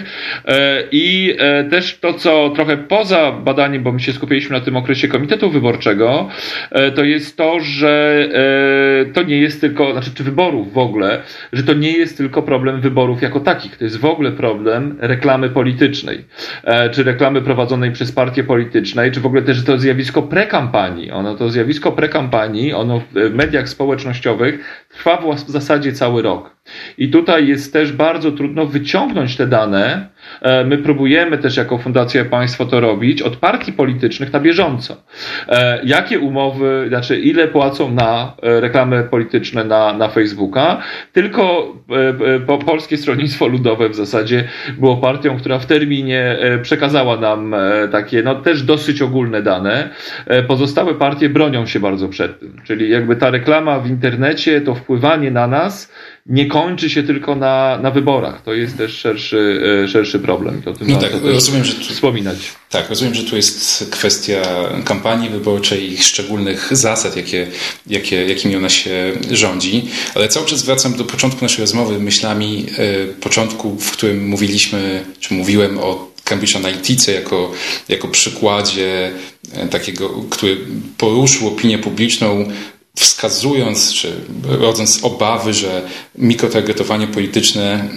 I też to, co trochę poza badaniem, bo my się skupiliśmy na tym okresie Komitetu Wyborczego, to jest to, że to nie jest tylko, znaczy czy wyborów w ogóle, że to nie jest tylko problem wyborów jako takich. To jest w ogóle problem reklamy politycznej, czy reklamy prowadzonej przez partie polityczne, czy w ogóle też to zjawisko prekampanii. Ono to zjawisko prekampanii, ono w mediach społecznościowych trwa w zasadzie cały rok. I tutaj jest też bardzo trudno wyciągnąć te dane My próbujemy też jako Fundacja Państwo to robić od partii politycznych na bieżąco. Jakie umowy, znaczy ile płacą na reklamy polityczne na, na Facebooka? Tylko po, Polskie Stronnictwo Ludowe w zasadzie było partią, która w terminie przekazała nam takie no też dosyć ogólne dane. Pozostałe partie bronią się bardzo przed tym. Czyli jakby ta reklama w internecie, to wpływanie na nas nie kończy się tylko na, na wyborach. To jest też szerszy, szerszy problem. To no tak, rozumiem, że tu, wspominać. Tak, rozumiem, że tu jest kwestia kampanii wyborczej i szczególnych zasad, jakie, jakie, jakimi ona się rządzi, ale cały czas wracam do początku naszej rozmowy myślami, y, początku, w którym mówiliśmy, czy mówiłem o Cambridge Analytice jako, jako przykładzie takiego, który poruszył opinię publiczną, wskazując, czy rodząc obawy, że mikrotargetowanie polityczne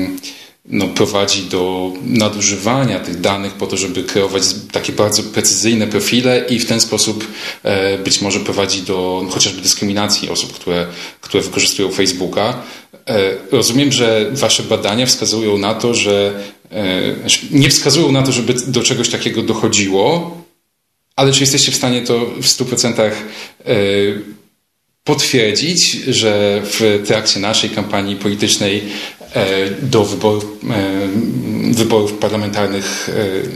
no, prowadzi do nadużywania tych danych po to, żeby kreować takie bardzo precyzyjne profile i w ten sposób e, być może prowadzi do no, chociażby dyskryminacji osób, które, które wykorzystują Facebooka. E, rozumiem, że wasze badania wskazują na to, że e, nie wskazują na to, żeby do czegoś takiego dochodziło, ale czy jesteście w stanie to w stu procentach e, potwierdzić, że w trakcie naszej kampanii politycznej do wyborów, wyborów parlamentarnych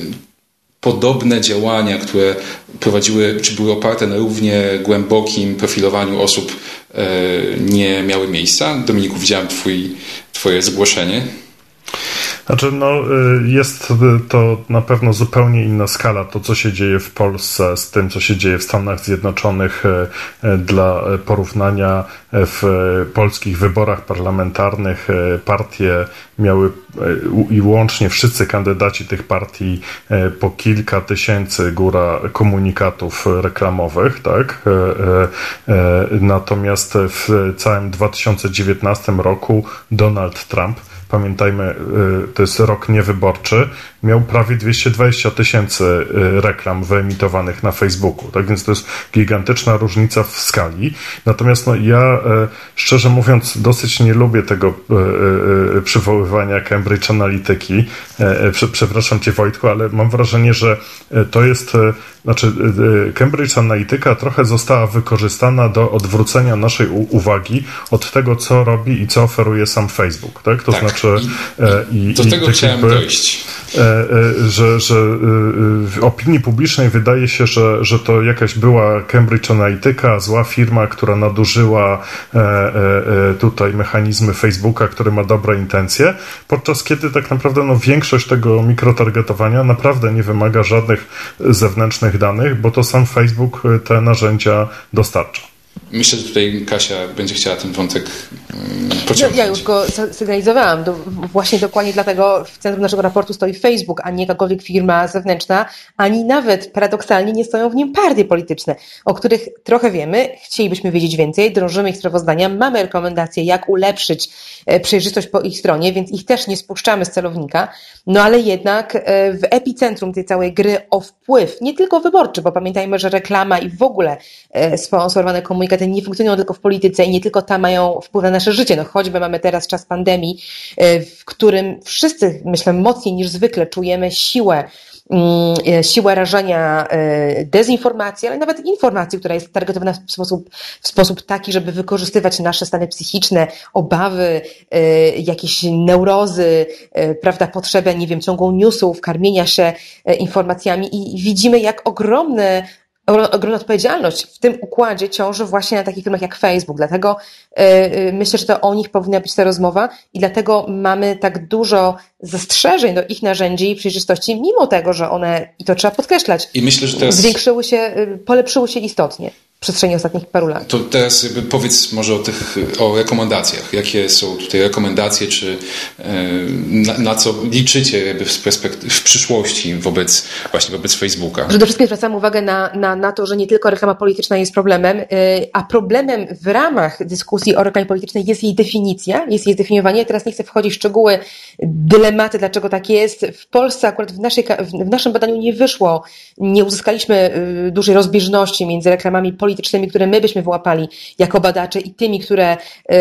podobne działania, które prowadziły, czy były oparte na równie głębokim profilowaniu osób, nie miały miejsca? Dominiku, widziałem twój, twoje zgłoszenie. Znaczy, no, jest to na pewno zupełnie inna skala, to co się dzieje w Polsce z tym, co się dzieje w Stanach Zjednoczonych. Dla porównania, w polskich wyborach parlamentarnych partie miały i łącznie wszyscy kandydaci tych partii po kilka tysięcy góra komunikatów reklamowych, tak? Natomiast w całym dwa tysiące dziewiętnastym roku Donald Trump, pamiętajmy, to jest rok niewyborczy, miał prawie dwieście dwadzieścia tysięcy reklam wyemitowanych na Facebooku. Tak więc to jest gigantyczna różnica w skali. Natomiast no, ja szczerze mówiąc dosyć nie lubię tego przywoływania Cambridge Analytyki. Przepraszam cię, Wojtku, ale mam wrażenie, że to jest, znaczy Cambridge Analytyka trochę została wykorzystana do odwrócenia naszej uwagi od tego, co robi i co oferuje sam Facebook. Tak? To tak. znaczy I, i, do tego tak chciałem jakby, dojść. Że, że w opinii publicznej wydaje się, że, że to jakaś była Cambridge Analytica, zła firma, która nadużyła tutaj mechanizmy Facebooka, który ma dobre intencje, podczas kiedy tak naprawdę no, większość tego mikrotargetowania naprawdę nie wymaga żadnych zewnętrznych danych, bo to sam Facebook te narzędzia dostarcza. Myślę, że tutaj Kasia będzie chciała ten wątek pociągnąć. Ja już go sygnalizowałam. Do, właśnie dokładnie dlatego w centrum naszego raportu stoi Facebook, a nie jakakolwiek firma zewnętrzna, ani nawet paradoksalnie nie stoją w nim partie polityczne, o których trochę wiemy, chcielibyśmy wiedzieć więcej, drążymy ich sprawozdania, mamy rekomendacje, jak ulepszyć przejrzystość po ich stronie, więc ich też nie spuszczamy z celownika, no ale jednak w epicentrum tej całej gry o wpływ, nie tylko wyborczy, bo pamiętajmy, że reklama i w ogóle sponsorowane komunikaty nie funkcjonują tylko w polityce i nie tylko tam mają wpływ na nasze życie. No choćby mamy teraz czas pandemii, w którym wszyscy, myślę, mocniej niż zwykle czujemy siłę, siłę rażenia dezinformacji, ale nawet informacji, która jest targetowana w sposób, w sposób taki, żeby wykorzystywać nasze stany psychiczne, obawy, jakieś neurozy, prawda, potrzebę, nie wiem, ciągłą newsów, karmienia się informacjami i widzimy, jak ogromne ogromna odpowiedzialność w tym układzie ciąży właśnie na takich firmach jak Facebook. Dlatego yy, myślę, że to o nich powinna być ta rozmowa i dlatego mamy tak dużo zastrzeżeń do ich narzędzi i przejrzystości, mimo tego, że one, i to trzeba podkreślać, I myślę, że teraz... zwiększyły się, yy, polepszyły się istotnie w przestrzeni ostatnich paru lat. To teraz jakby powiedz może o tych, o rekomendacjach. Jakie są tutaj rekomendacje, czy yy, na, na co liczycie jakby w, perspekt- w przyszłości wobec, właśnie wobec Facebooka? Przede wszystkim zwracamy uwagę na, na, na to, że nie tylko reklama polityczna jest problemem, yy, a problemem w ramach dyskusji o reklamie politycznej jest jej definicja, jest jej zdefiniowanie. Teraz nie chcę wchodzić w szczegóły, dylematy, dlaczego tak jest. W Polsce akurat w, naszej, w naszym badaniu nie wyszło, nie uzyskaliśmy yy, dużej rozbieżności między reklamami politycznymi politycznymi, które my byśmy wyłapali jako badacze i tymi, które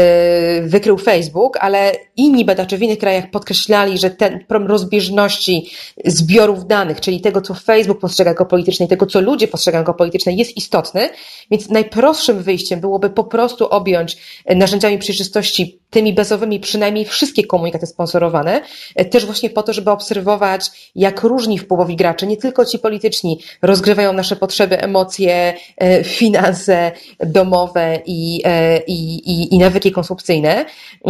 wykrył Facebook, ale inni badacze w innych krajach podkreślali, że ten problem rozbieżności zbiorów danych, czyli tego, co Facebook postrzega jako polityczne i tego, co ludzie postrzegają jako polityczne, jest istotny, więc najprostszym wyjściem byłoby po prostu objąć narzędziami przejrzystości tymi bazowymi przynajmniej wszystkie komunikaty sponsorowane, też właśnie po to, żeby obserwować, jak różni wpływowi gracze, nie tylko ci polityczni, rozgrywają nasze potrzeby, emocje, finanse domowe i, i, i, i nawyki konsumpcyjne.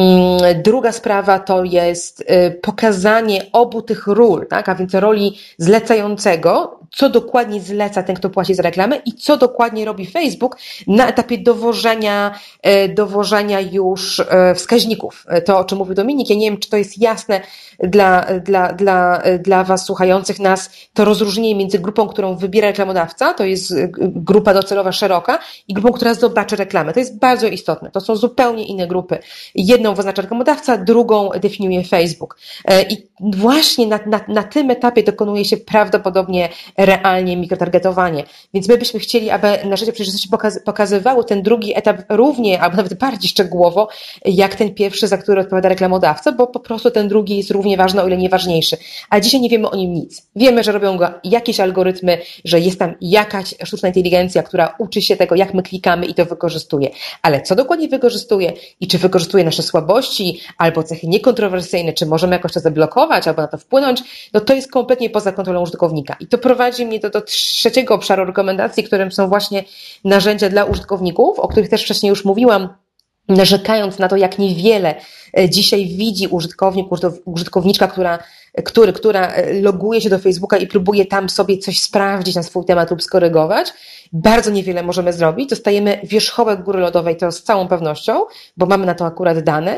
Druga sprawa to jest pokazanie obu tych ról, tak? A więc roli zlecającego, co dokładnie zleca ten, kto płaci za reklamę i co dokładnie robi Facebook na etapie dowożenia, dowożenia już wskaźników. To, o czym mówił Dominik, ja nie wiem, czy to jest jasne dla, dla, dla, dla was słuchających nas, to rozróżnienie między grupą, którą wybiera reklamodawca, to jest grupa docelowa szeroka, i grupą, która zobaczy reklamę. To jest bardzo istotne. To są zupełnie inne grupy. Jedną wyznacza reklamodawca, drugą definiuje Facebook. I właśnie na, na, na tym etapie dokonuje się prawdopodobnie realnie mikrotargetowanie. Więc my byśmy chcieli, aby narzędzia przejrzystości pokazywały ten drugi etap równie, albo nawet bardziej szczegółowo, jak ten pierwszy, za który odpowiada reklamodawca, bo po prostu ten drugi jest równie ważny, o ile nie ważniejszy. A dzisiaj nie wiemy o nim nic. Wiemy, że robią go jakieś algorytmy, że jest tam jakaś sztuczna inteligencja, która uczy się tego, jak my klikamy i to wykorzystuje. Ale co dokładnie wykorzystuje i czy wykorzystuje nasze słabości albo cechy niekontrowersyjne, czy możemy jakoś to zablokować albo na to wpłynąć, no to jest kompletnie poza kontrolą użytkownika. I to prowadzi mnie do, do trzeciego obszaru rekomendacji, którym są właśnie narzędzia dla użytkowników, o których też wcześniej już mówiłam, narzekając na to, jak niewiele dzisiaj widzi użytkownik, użytkowniczka, która, który, która loguje się do Facebooka i próbuje tam sobie coś sprawdzić na swój temat lub skorygować. Bardzo niewiele możemy zrobić. Dostajemy wierzchołek góry lodowej, to z całą pewnością, bo mamy na to akurat dane.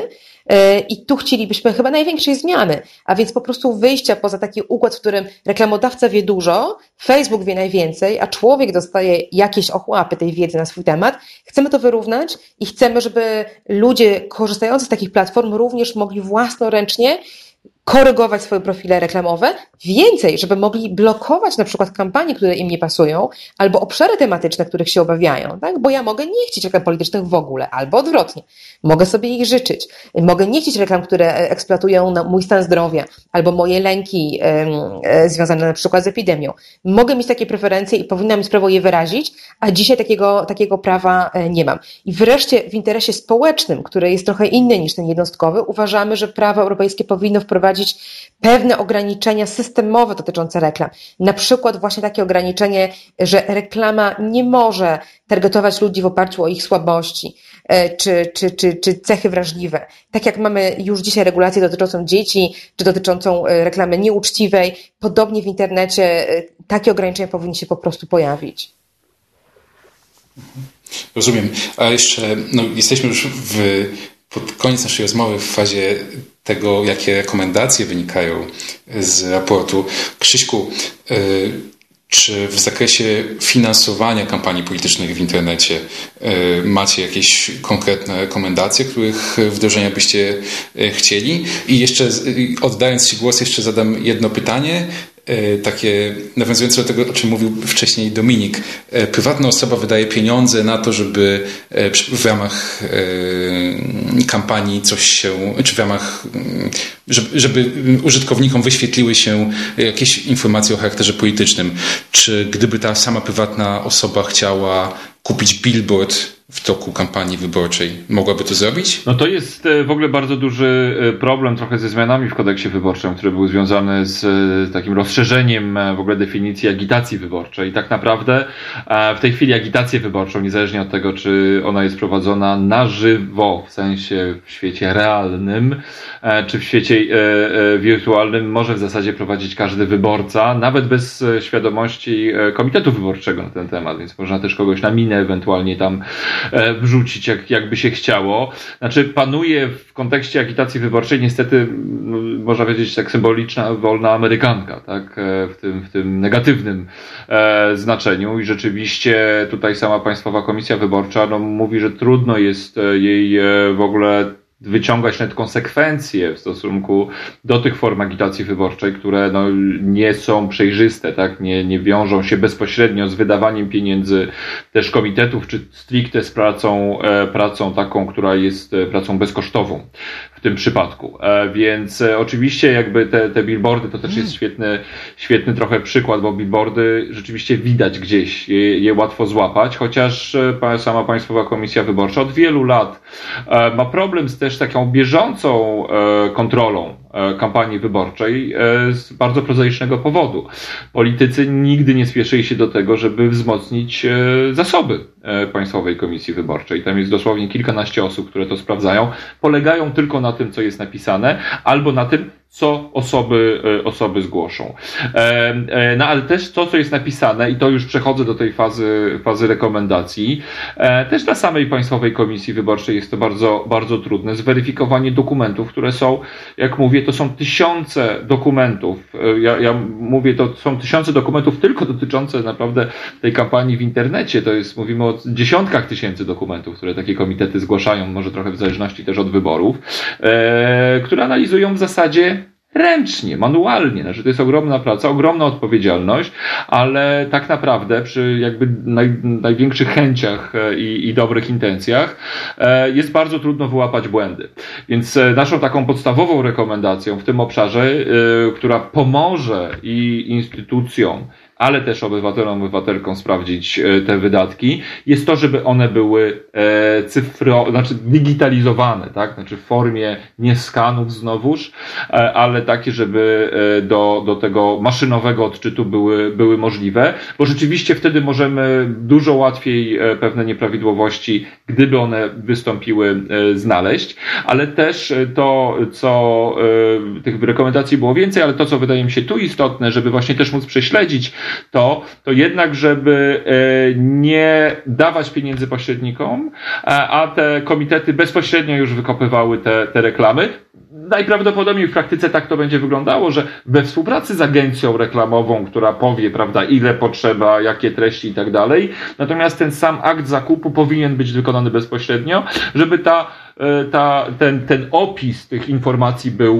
I tu chcielibyśmy chyba największej zmiany, a więc po prostu wyjścia poza taki układ, w którym reklamodawca wie dużo, Facebook wie najwięcej, a człowiek dostaje jakieś ochłapy tej wiedzy na swój temat. Chcemy to wyrównać i chcemy, żeby ludzie korzystający z takich platform również mogli własnoręcznie korygować swoje profile reklamowe, więcej, żeby mogli blokować na przykład kampanie, które im nie pasują, albo obszary tematyczne, których się obawiają, tak? Bo ja mogę nie chcieć reklam politycznych w ogóle, albo odwrotnie. Mogę sobie ich życzyć. Mogę nie chcieć reklam, które eksploatują mój stan zdrowia, albo moje lęki e, związane na przykład z epidemią. Mogę mieć takie preferencje i powinna mieć prawo je wyrazić, a dzisiaj takiego, takiego prawa nie mam. I wreszcie w interesie społecznym, który jest trochę inny niż ten jednostkowy, uważamy, że prawo europejskie powinno wprowadzić pewne ograniczenia systemowe dotyczące reklam. Na przykład właśnie takie ograniczenie, że reklama nie może targetować ludzi w oparciu o ich słabości czy, czy, czy, czy cechy wrażliwe. Tak jak mamy już dzisiaj regulację dotyczącą dzieci, czy dotyczącą reklamy nieuczciwej, podobnie w internecie takie ograniczenia powinny się po prostu pojawić. Rozumiem. A jeszcze no, jesteśmy już w, pod koniec naszej rozmowy w fazie tego, jakie rekomendacje wynikają z raportu. Krzyśku, czy w zakresie finansowania kampanii politycznych w internecie macie jakieś konkretne rekomendacje, których wdrożenia byście chcieli? I jeszcze oddając Ci głos, jeszcze zadam jedno pytanie, takie nawiązujące do tego, o czym mówił wcześniej Dominik. Prywatna osoba wydaje pieniądze na to, żeby w ramach kampanii coś się, czy w ramach, żeby, żeby użytkownikom wyświetliły się jakieś informacje o charakterze politycznym. Czy gdyby ta sama prywatna osoba chciała kupić billboard w toku kampanii wyborczej, mogłaby to zrobić? No to jest w ogóle bardzo duży problem trochę ze zmianami w kodeksie wyborczym, które były związane z takim rozszerzeniem w ogóle definicji agitacji wyborczej. I tak naprawdę w tej chwili agitację wyborczą, niezależnie od tego, czy ona jest prowadzona na żywo, w sensie w świecie realnym, czy w świecie wirtualnym, może w zasadzie prowadzić każdy wyborca, nawet bez świadomości komitetu wyborczego na ten temat, więc można też kogoś na minę ewentualnie tam wrzucić, jak, jakby się chciało. Znaczy panuje w kontekście agitacji wyborczej niestety, no, można powiedzieć, tak symboliczna, wolna amerykanka, tak, w tym, w tym negatywnym e, znaczeniu i rzeczywiście tutaj sama Państwowa Komisja Wyborcza no, mówi, że trudno jest jej e, w ogóle wyciągać nawet konsekwencje w stosunku do tych form agitacji wyborczej, które no, nie są przejrzyste, tak? nie, nie wiążą się bezpośrednio z wydawaniem pieniędzy też komitetów, czy stricte z pracą, e, pracą taką, która jest e, pracą bezkosztową w tym przypadku. E, więc e, oczywiście jakby te, te billboardy to też jest świetny, świetny trochę przykład, bo billboardy rzeczywiście widać gdzieś, je, je łatwo złapać, chociaż e, sama Państwowa Komisja Wyborcza od wielu lat e, ma problem z też taką bieżącą e, kontrolą e, kampanii wyborczej e, z bardzo prozaicznego powodu. Politycy nigdy nie spieszyli się do tego, żeby wzmocnić e, zasoby e, Państwowej Komisji Wyborczej. Tam jest dosłownie kilkanaście osób, które to sprawdzają. Polegają tylko na tym, co jest napisane, albo na tym, co osoby, osoby zgłoszą. No ale też to, co jest napisane, i to już przechodzę do tej fazy, fazy rekomendacji, też dla samej Państwowej Komisji Wyborczej jest to bardzo, bardzo trudne. Zweryfikowanie dokumentów, które są, jak mówię, to są tysiące dokumentów. Ja, ja mówię, to są tysiące dokumentów tylko dotyczące naprawdę tej kampanii w internecie. To jest, mówimy o dziesiątkach tysięcy dokumentów, które takie komitety zgłaszają, może trochę w zależności też od wyborów, które analizują w zasadzie ręcznie, manualnie. Znaczy to jest ogromna praca, ogromna odpowiedzialność, ale tak naprawdę przy jakby naj, największych chęciach i, i dobrych intencjach jest bardzo trudno wyłapać błędy. Więc naszą taką podstawową rekomendacją w tym obszarze, która pomoże i instytucjom, ale też obywatelom, obywatelkom sprawdzić te wydatki, jest to, żeby one były cyfro, znaczy digitalizowane, tak? Znaczy w formie nie skanów znowuż, ale takie, żeby do, do tego maszynowego odczytu były, były możliwe, bo rzeczywiście wtedy możemy dużo łatwiej pewne nieprawidłowości, gdyby one wystąpiły, znaleźć, ale też to, co tych rekomendacji było więcej, ale to, co wydaje mi się tu istotne, żeby właśnie też móc prześledzić to, to jednak, żeby nie dawać pieniędzy pośrednikom, a te komitety bezpośrednio już wykopywały te, te reklamy. Najprawdopodobniej w praktyce tak to będzie wyglądało, że we współpracy z agencją reklamową, która powie, prawda, ile potrzeba, jakie treści i tak dalej, natomiast ten sam akt zakupu powinien być wykonany bezpośrednio, żeby ta, ta, ten, ten opis tych informacji był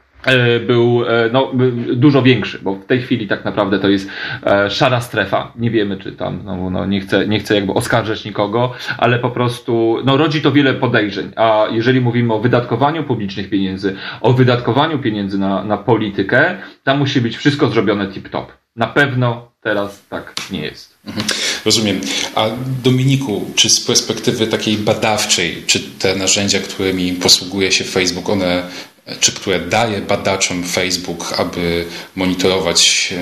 był no, dużo większy, bo w tej chwili tak naprawdę to jest szara strefa. Nie wiemy, czy tam, no, no nie chcę, nie chcę jakby oskarżać nikogo, ale po prostu no, rodzi to wiele podejrzeń. A jeżeli mówimy o wydatkowaniu publicznych pieniędzy, o wydatkowaniu pieniędzy na, na politykę, tam musi być wszystko zrobione tip-top. Na pewno teraz tak nie jest. Mhm. Rozumiem. A Dominiku, czy z perspektywy takiej badawczej, czy te narzędzia, którymi posługuje się Facebook, one czy które daje badaczom Facebook, aby monitorować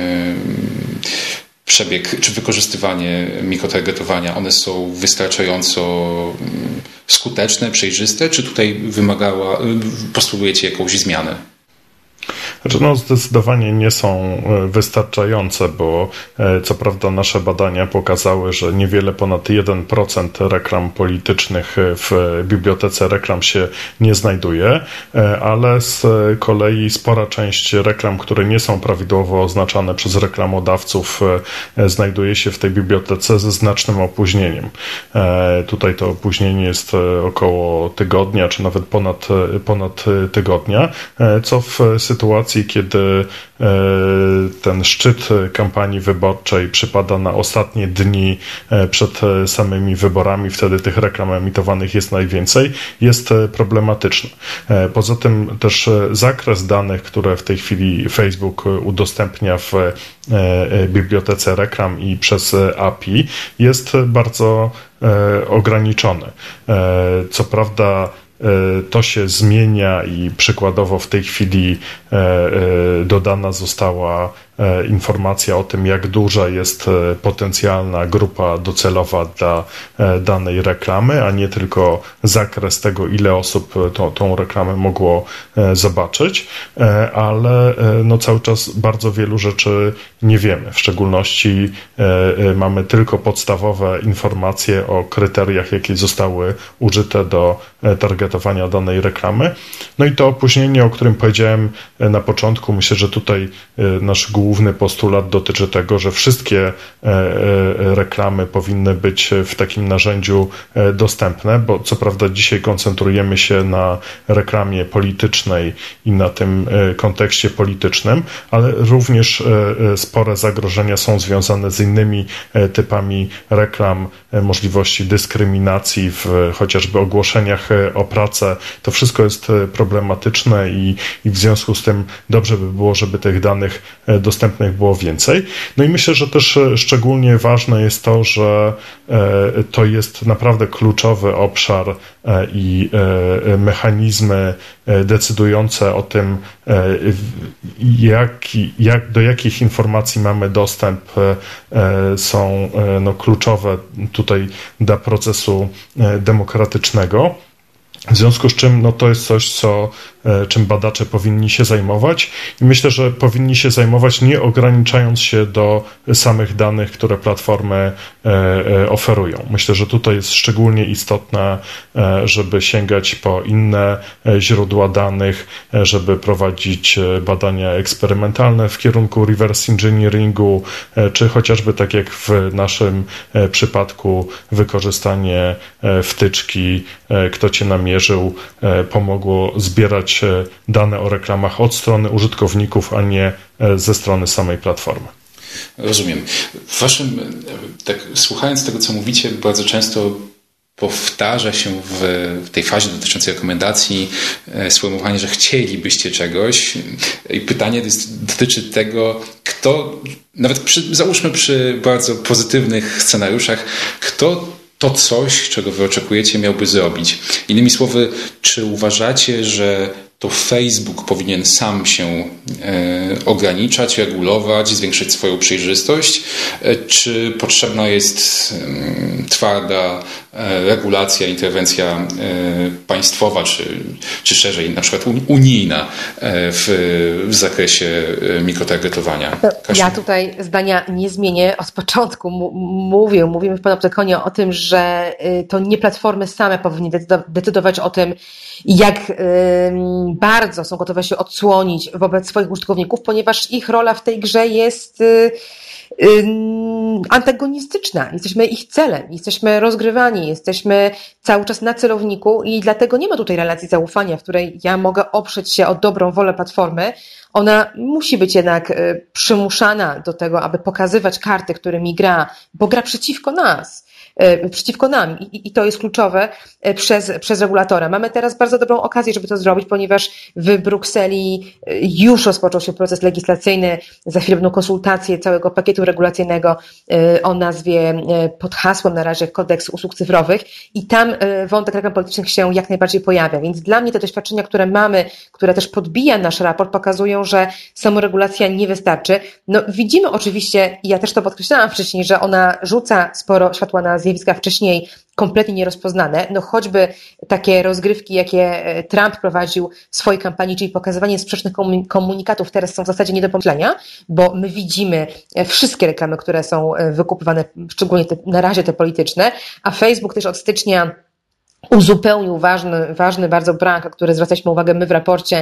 przebieg, czy wykorzystywanie mikrotargetowania, one są wystarczająco skuteczne, przejrzyste, czy tutaj wymagała, postulujecie jakąś zmianę? Znaczy, no, zdecydowanie nie są wystarczające, bo co prawda nasze badania pokazały, że niewiele ponad jeden procent reklam politycznych w bibliotece reklam się nie znajduje, ale z kolei spora część reklam, które nie są prawidłowo oznaczane przez reklamodawców, znajduje się w tej bibliotece ze znacznym opóźnieniem. Tutaj to opóźnienie jest około tygodnia, czy nawet ponad, ponad tygodnia, co w sytuacji, kiedy ten szczyt kampanii wyborczej przypada na ostatnie dni przed samymi wyborami, wtedy tych reklam emitowanych jest najwięcej, jest problematyczne. Poza tym też zakres danych, które w tej chwili Facebook udostępnia w bibliotece reklam i przez A P I, jest bardzo ograniczony. Co prawda to się zmienia i przykładowo w tej chwili dodana została informacja o tym, jak duża jest potencjalna grupa docelowa dla danej reklamy, a nie tylko zakres tego, ile osób to, tą reklamę mogło zobaczyć, ale no cały czas bardzo wielu rzeczy nie wiemy. W szczególności mamy tylko podstawowe informacje o kryteriach, jakie zostały użyte do targetowania danej reklamy. No i to opóźnienie, o którym powiedziałem na początku, myślę, że tutaj nasz główny główny postulat dotyczy tego, że wszystkie reklamy powinny być w takim narzędziu dostępne, bo co prawda dzisiaj koncentrujemy się na reklamie politycznej i na tym kontekście politycznym, ale również spore zagrożenia są związane z innymi typami reklam, możliwości dyskryminacji w chociażby ogłoszeniach o pracę. To wszystko jest problematyczne i, i w związku z tym dobrze by było, żeby tych danych dostępnych było więcej. No i myślę, że też szczególnie ważne jest to, że to jest naprawdę kluczowy obszar i mechanizmy decydujące o tym, jak, jak, do jakich informacji mamy dostęp, są no, kluczowe tutaj dla procesu demokratycznego. W związku z czym no, to jest coś, co, czym badacze powinni się zajmować i myślę, że powinni się zajmować nie ograniczając się do samych danych, które platformy oferują. Myślę, że tutaj jest szczególnie istotne, żeby sięgać po inne źródła danych, żeby prowadzić badania eksperymentalne w kierunku reverse engineeringu, czy chociażby tak jak w naszym przypadku wykorzystanie wtyczki, kto cię namierzył, pomogło zbierać dane o reklamach od strony użytkowników, a nie ze strony samej platformy. Rozumiem. W waszym, tak słuchając tego, co mówicie, bardzo często powtarza się w, w tej fazie dotyczącej rekomendacji sformułowanie, że chcielibyście czegoś i pytanie jest, dotyczy tego, kto, nawet przy, załóżmy przy bardzo pozytywnych scenariuszach, kto to coś, czego wy oczekujecie, miałby zrobić. Innymi słowy, czy uważacie, że to Facebook powinien sam się e, ograniczać, regulować, zwiększyć swoją przejrzystość, e, czy potrzebna jest e, twarda e, regulacja, interwencja e, państwowa, czy, czy szerzej na przykład unijna e, w, w zakresie e, mikrotargetowania? Kasiu? Ja tutaj zdania nie zmienię. Od początku m- mówię, mówimy w Panoptykonie o tym, że y, to nie platformy same powinny decydować o tym, jak y, bardzo są gotowe się odsłonić wobec swoich użytkowników, ponieważ ich rola w tej grze jest y, y, antagonistyczna. Jesteśmy ich celem, jesteśmy rozgrywani, jesteśmy cały czas na celowniku i dlatego nie ma tutaj relacji zaufania, w której ja mogę oprzeć się o dobrą wolę platformy. Ona musi być jednak y, przymuszana do tego, aby pokazywać karty, którymi gra, bo gra przeciwko nas. przeciwko nam I, i to jest kluczowe przez, przez regulatora. Mamy teraz bardzo dobrą okazję, żeby to zrobić, ponieważ w Brukseli już rozpoczął się proces legislacyjny, za chwilę będą konsultacje całego pakietu regulacyjnego o nazwie pod hasłem na razie Kodeks Usług Cyfrowych i tam wątek reklam politycznych się jak najbardziej pojawia, więc dla mnie te doświadczenia, które mamy, które też podbija nasz raport, pokazują, że samoregulacja nie wystarczy. No widzimy oczywiście, i ja też to podkreślałam wcześniej, że ona rzuca sporo światła na zjawiska wcześniej kompletnie nierozpoznane, no choćby takie rozgrywki, jakie Trump prowadził w swojej kampanii, czyli pokazywanie sprzecznych komunikatów, teraz są w zasadzie nie do pomyślenia, bo my widzimy wszystkie reklamy, które są wykupywane, szczególnie te, na razie te polityczne, a Facebook też od stycznia uzupełnił ważny, ważny bardzo brak, który zwracaliśmy uwagę my w raporcie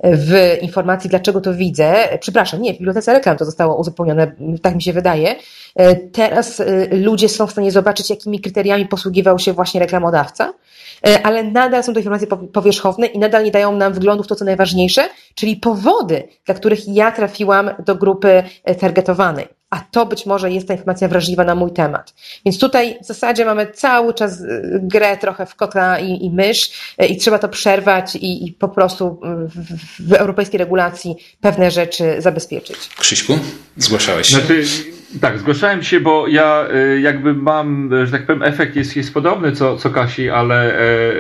w informacji, dlaczego to widzę. Przepraszam, nie, w bibliotece reklam to zostało uzupełnione, tak mi się wydaje. Teraz ludzie są w stanie zobaczyć, jakimi kryteriami posługiwał się właśnie reklamodawca, ale nadal są to informacje powierzchowne i nadal nie dają nam wglądu w to, co najważniejsze, czyli powody, dla których ja trafiłam do grupy targetowanej. A to być może jest ta informacja wrażliwa na mój temat. Więc tutaj w zasadzie mamy cały czas grę trochę w kota i, i mysz i trzeba to przerwać i, i po prostu w, w europejskiej regulacji pewne rzeczy zabezpieczyć. Krzyśku, zgłaszałeś się? Znaczy, tak, zgłaszałem się, bo ja jakby mam, że tak powiem, efekt jest, jest podobny co, co Kasi, ale e,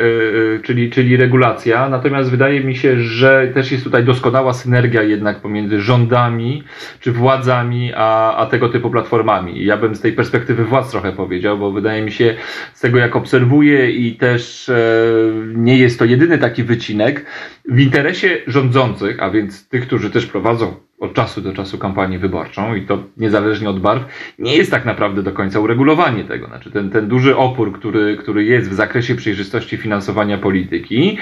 e, czyli, czyli regulacja, natomiast wydaje mi się, że też jest tutaj doskonała synergia jednak pomiędzy rządami czy władzami, a, a tego typu platformami. I ja bym z tej perspektywy władz trochę powiedział, bo wydaje mi się, z tego jak obserwuję i też e, nie jest to jedyny taki wycinek, w interesie rządzących, a więc tych, którzy też prowadzą od czasu do czasu kampanię wyborczą i to niezależnie od barw, nie jest tak naprawdę do końca uregulowanie tego. Znaczy ten, ten duży opór, który, który jest w zakresie przejrzystości finansowania polityki,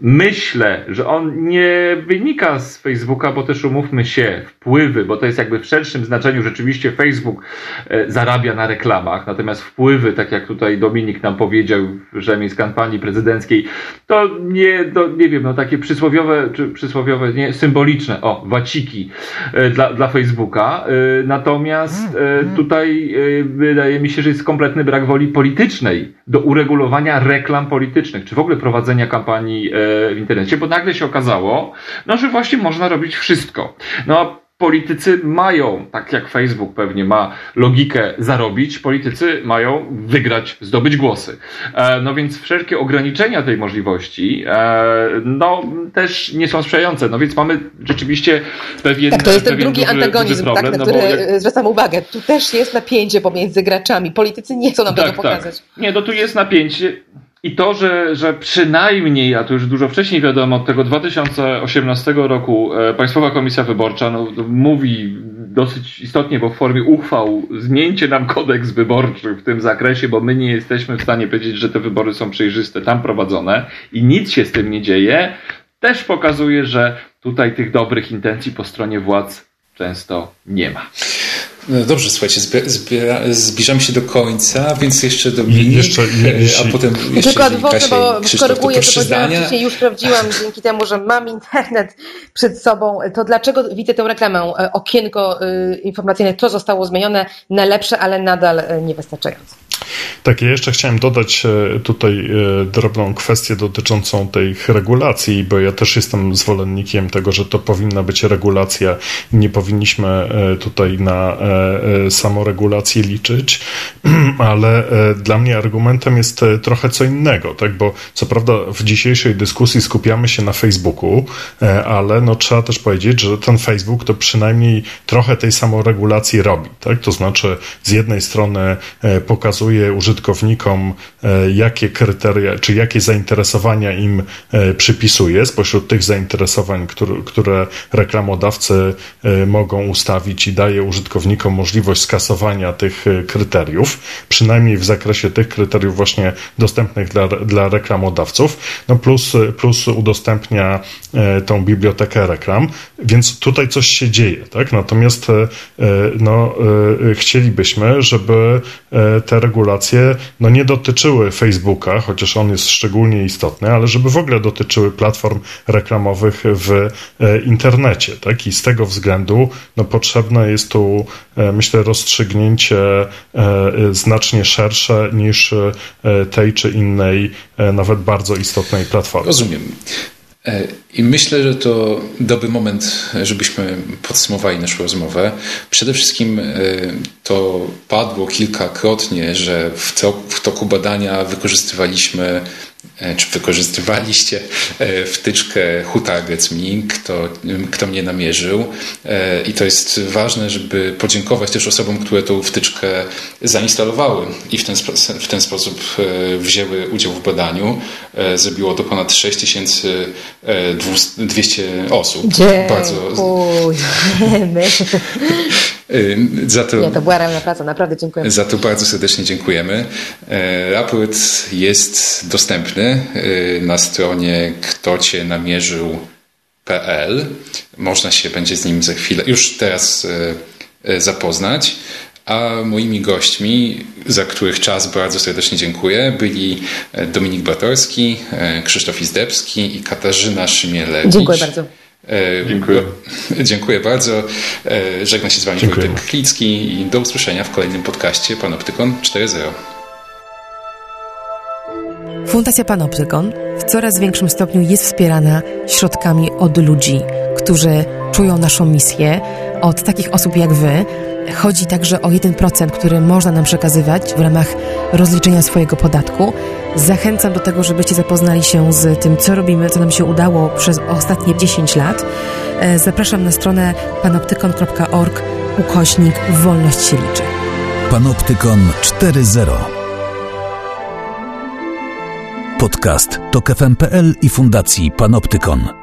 myślę, że on nie wynika z Facebooka, bo też umówmy się, wpływy, bo to jest jakby w szerszym znaczeniu rzeczywiście Facebook e, zarabia na reklamach, natomiast wpływy, tak jak tutaj Dominik nam powiedział, że z kampanii prezydenckiej, to nie, to nie wiem, no takie przysłowiowe, czy przysłowiowe, nie, symboliczne, o, waciki e, dla, dla Facebooka, e, natomiast e, tutaj e, wydaje mi się, że jest kompletny brak woli politycznej do uregulowania reklam politycznych, czy w ogóle prowadzenia kampanii e, w internecie, bo nagle się okazało, no, że właśnie można robić wszystko. No a politycy mają, tak jak Facebook pewnie ma logikę zarobić, politycy mają wygrać, zdobyć głosy. E, no więc wszelkie ograniczenia tej możliwości e, no też nie są sprzyjające. No więc mamy rzeczywiście pewien Tak, to jest ten pewien drugi duży, antagonizm, duży problem, tak, na no który jak... zwracam uwagę. Tu też jest napięcie pomiędzy graczami. Politycy nie chcą nam tak, tego pokazać. Tak. Nie, no tu jest napięcie. I to, że, że przynajmniej, a to już dużo wcześniej wiadomo, od tego dwa tysiące osiemnastego roku e, Państwowa Komisja Wyborcza no, mówi dosyć istotnie, bo w formie uchwał zmieńcie nam kodeks wyborczy w tym zakresie, bo my nie jesteśmy w stanie powiedzieć, że te wybory są przejrzyste, tam prowadzone i nic się z tym nie dzieje, też pokazuje, że tutaj tych dobrych intencji po stronie władz często nie ma. No dobrze, słuchajcie, zbiera, zbliżamy się do końca, więc jeszcze Dominik, jeszcze, jeszcze, a potem jeszcze Tylko adwokat, bo skoryguję, to bo wcześniej już sprawdziłam dzięki temu, że mam internet przed sobą, to dlaczego widzę tę reklamę, okienko informacyjne, to zostało zmienione na lepsze, ale nadal niewystarczające. Tak, ja jeszcze chciałem dodać tutaj drobną kwestię dotyczącą tych regulacji, bo ja też jestem zwolennikiem tego, że to powinna być regulacja. Nie powinniśmy tutaj na samoregulację liczyć, ale dla mnie argumentem jest trochę co innego, tak? Bo co prawda w dzisiejszej dyskusji skupiamy się na Facebooku, ale no trzeba też powiedzieć, że ten Facebook to przynajmniej trochę tej samoregulacji robi, tak? To znaczy z jednej strony pokazuje użytkownikom, jakie kryteria, czy jakie zainteresowania im przypisuje spośród tych zainteresowań, które, które reklamodawcy mogą ustawić i daje użytkownikom możliwość skasowania tych kryteriów, przynajmniej w zakresie tych kryteriów właśnie dostępnych dla, dla reklamodawców, no plus, plus udostępnia tą bibliotekę reklam, więc tutaj coś się dzieje, tak? Natomiast no, chcielibyśmy, żeby te regulacje no nie dotyczyły Facebooka, chociaż on jest szczególnie istotny, ale żeby w ogóle dotyczyły platform reklamowych w internecie, tak? I z tego względu no, potrzebne jest tu, myślę, rozstrzygnięcie znacznie szersze niż tej czy innej, nawet bardzo istotnej platformy. Rozumiem. I myślę, że to dobry moment, żebyśmy podsumowali naszą rozmowę. Przede wszystkim to padło kilkakrotnie, że w, to, w toku badania wykorzystywaliśmy, czy wykorzystywaliście wtyczkę Who Targets Me, kto, kto mnie namierzył. I to jest ważne, żeby podziękować też osobom, które tą wtyczkę zainstalowały i w ten, w ten sposób wzięły udział w badaniu. Zrobiło to ponad sześć tysięcy dwieście osób. Dziękujemy. Bardzo... Za to, Nie, to była realna praca, naprawdę dziękujemy. Za to bardzo serdecznie dziękujemy. Raport jest dostępny na stronie kto cię namierzył kropka p l. Można się będzie z nim za chwilę, już teraz zapoznać. A moimi gośćmi, za których czas bardzo serdecznie dziękuję, byli Dominik Batorski, Krzysztof Izdebski i Katarzyna Szymielewicz. Dziękuję bardzo. Dziękuję. Dziękuję bardzo. Żegna się z Wami Wojtek Klicki i do usłyszenia w kolejnym podcaście Panoptykon cztery zero. Fundacja Panoptykon w coraz większym stopniu jest wspierana środkami od ludzi, którzy czują naszą misję, od takich osób jak Wy. Chodzi także o jeden procent, który można nam przekazywać w ramach rozliczenia swojego podatku. Zachęcam do tego, żebyście zapoznali się z tym, co robimy, co nam się udało przez ostatnie dziesięć lat. Zapraszam na stronę panoptykon kropka org ukośnik wolność się liczy. Panoptykon cztery zero. Podcast Tok F M kropka p l i Fundacji Panoptykon.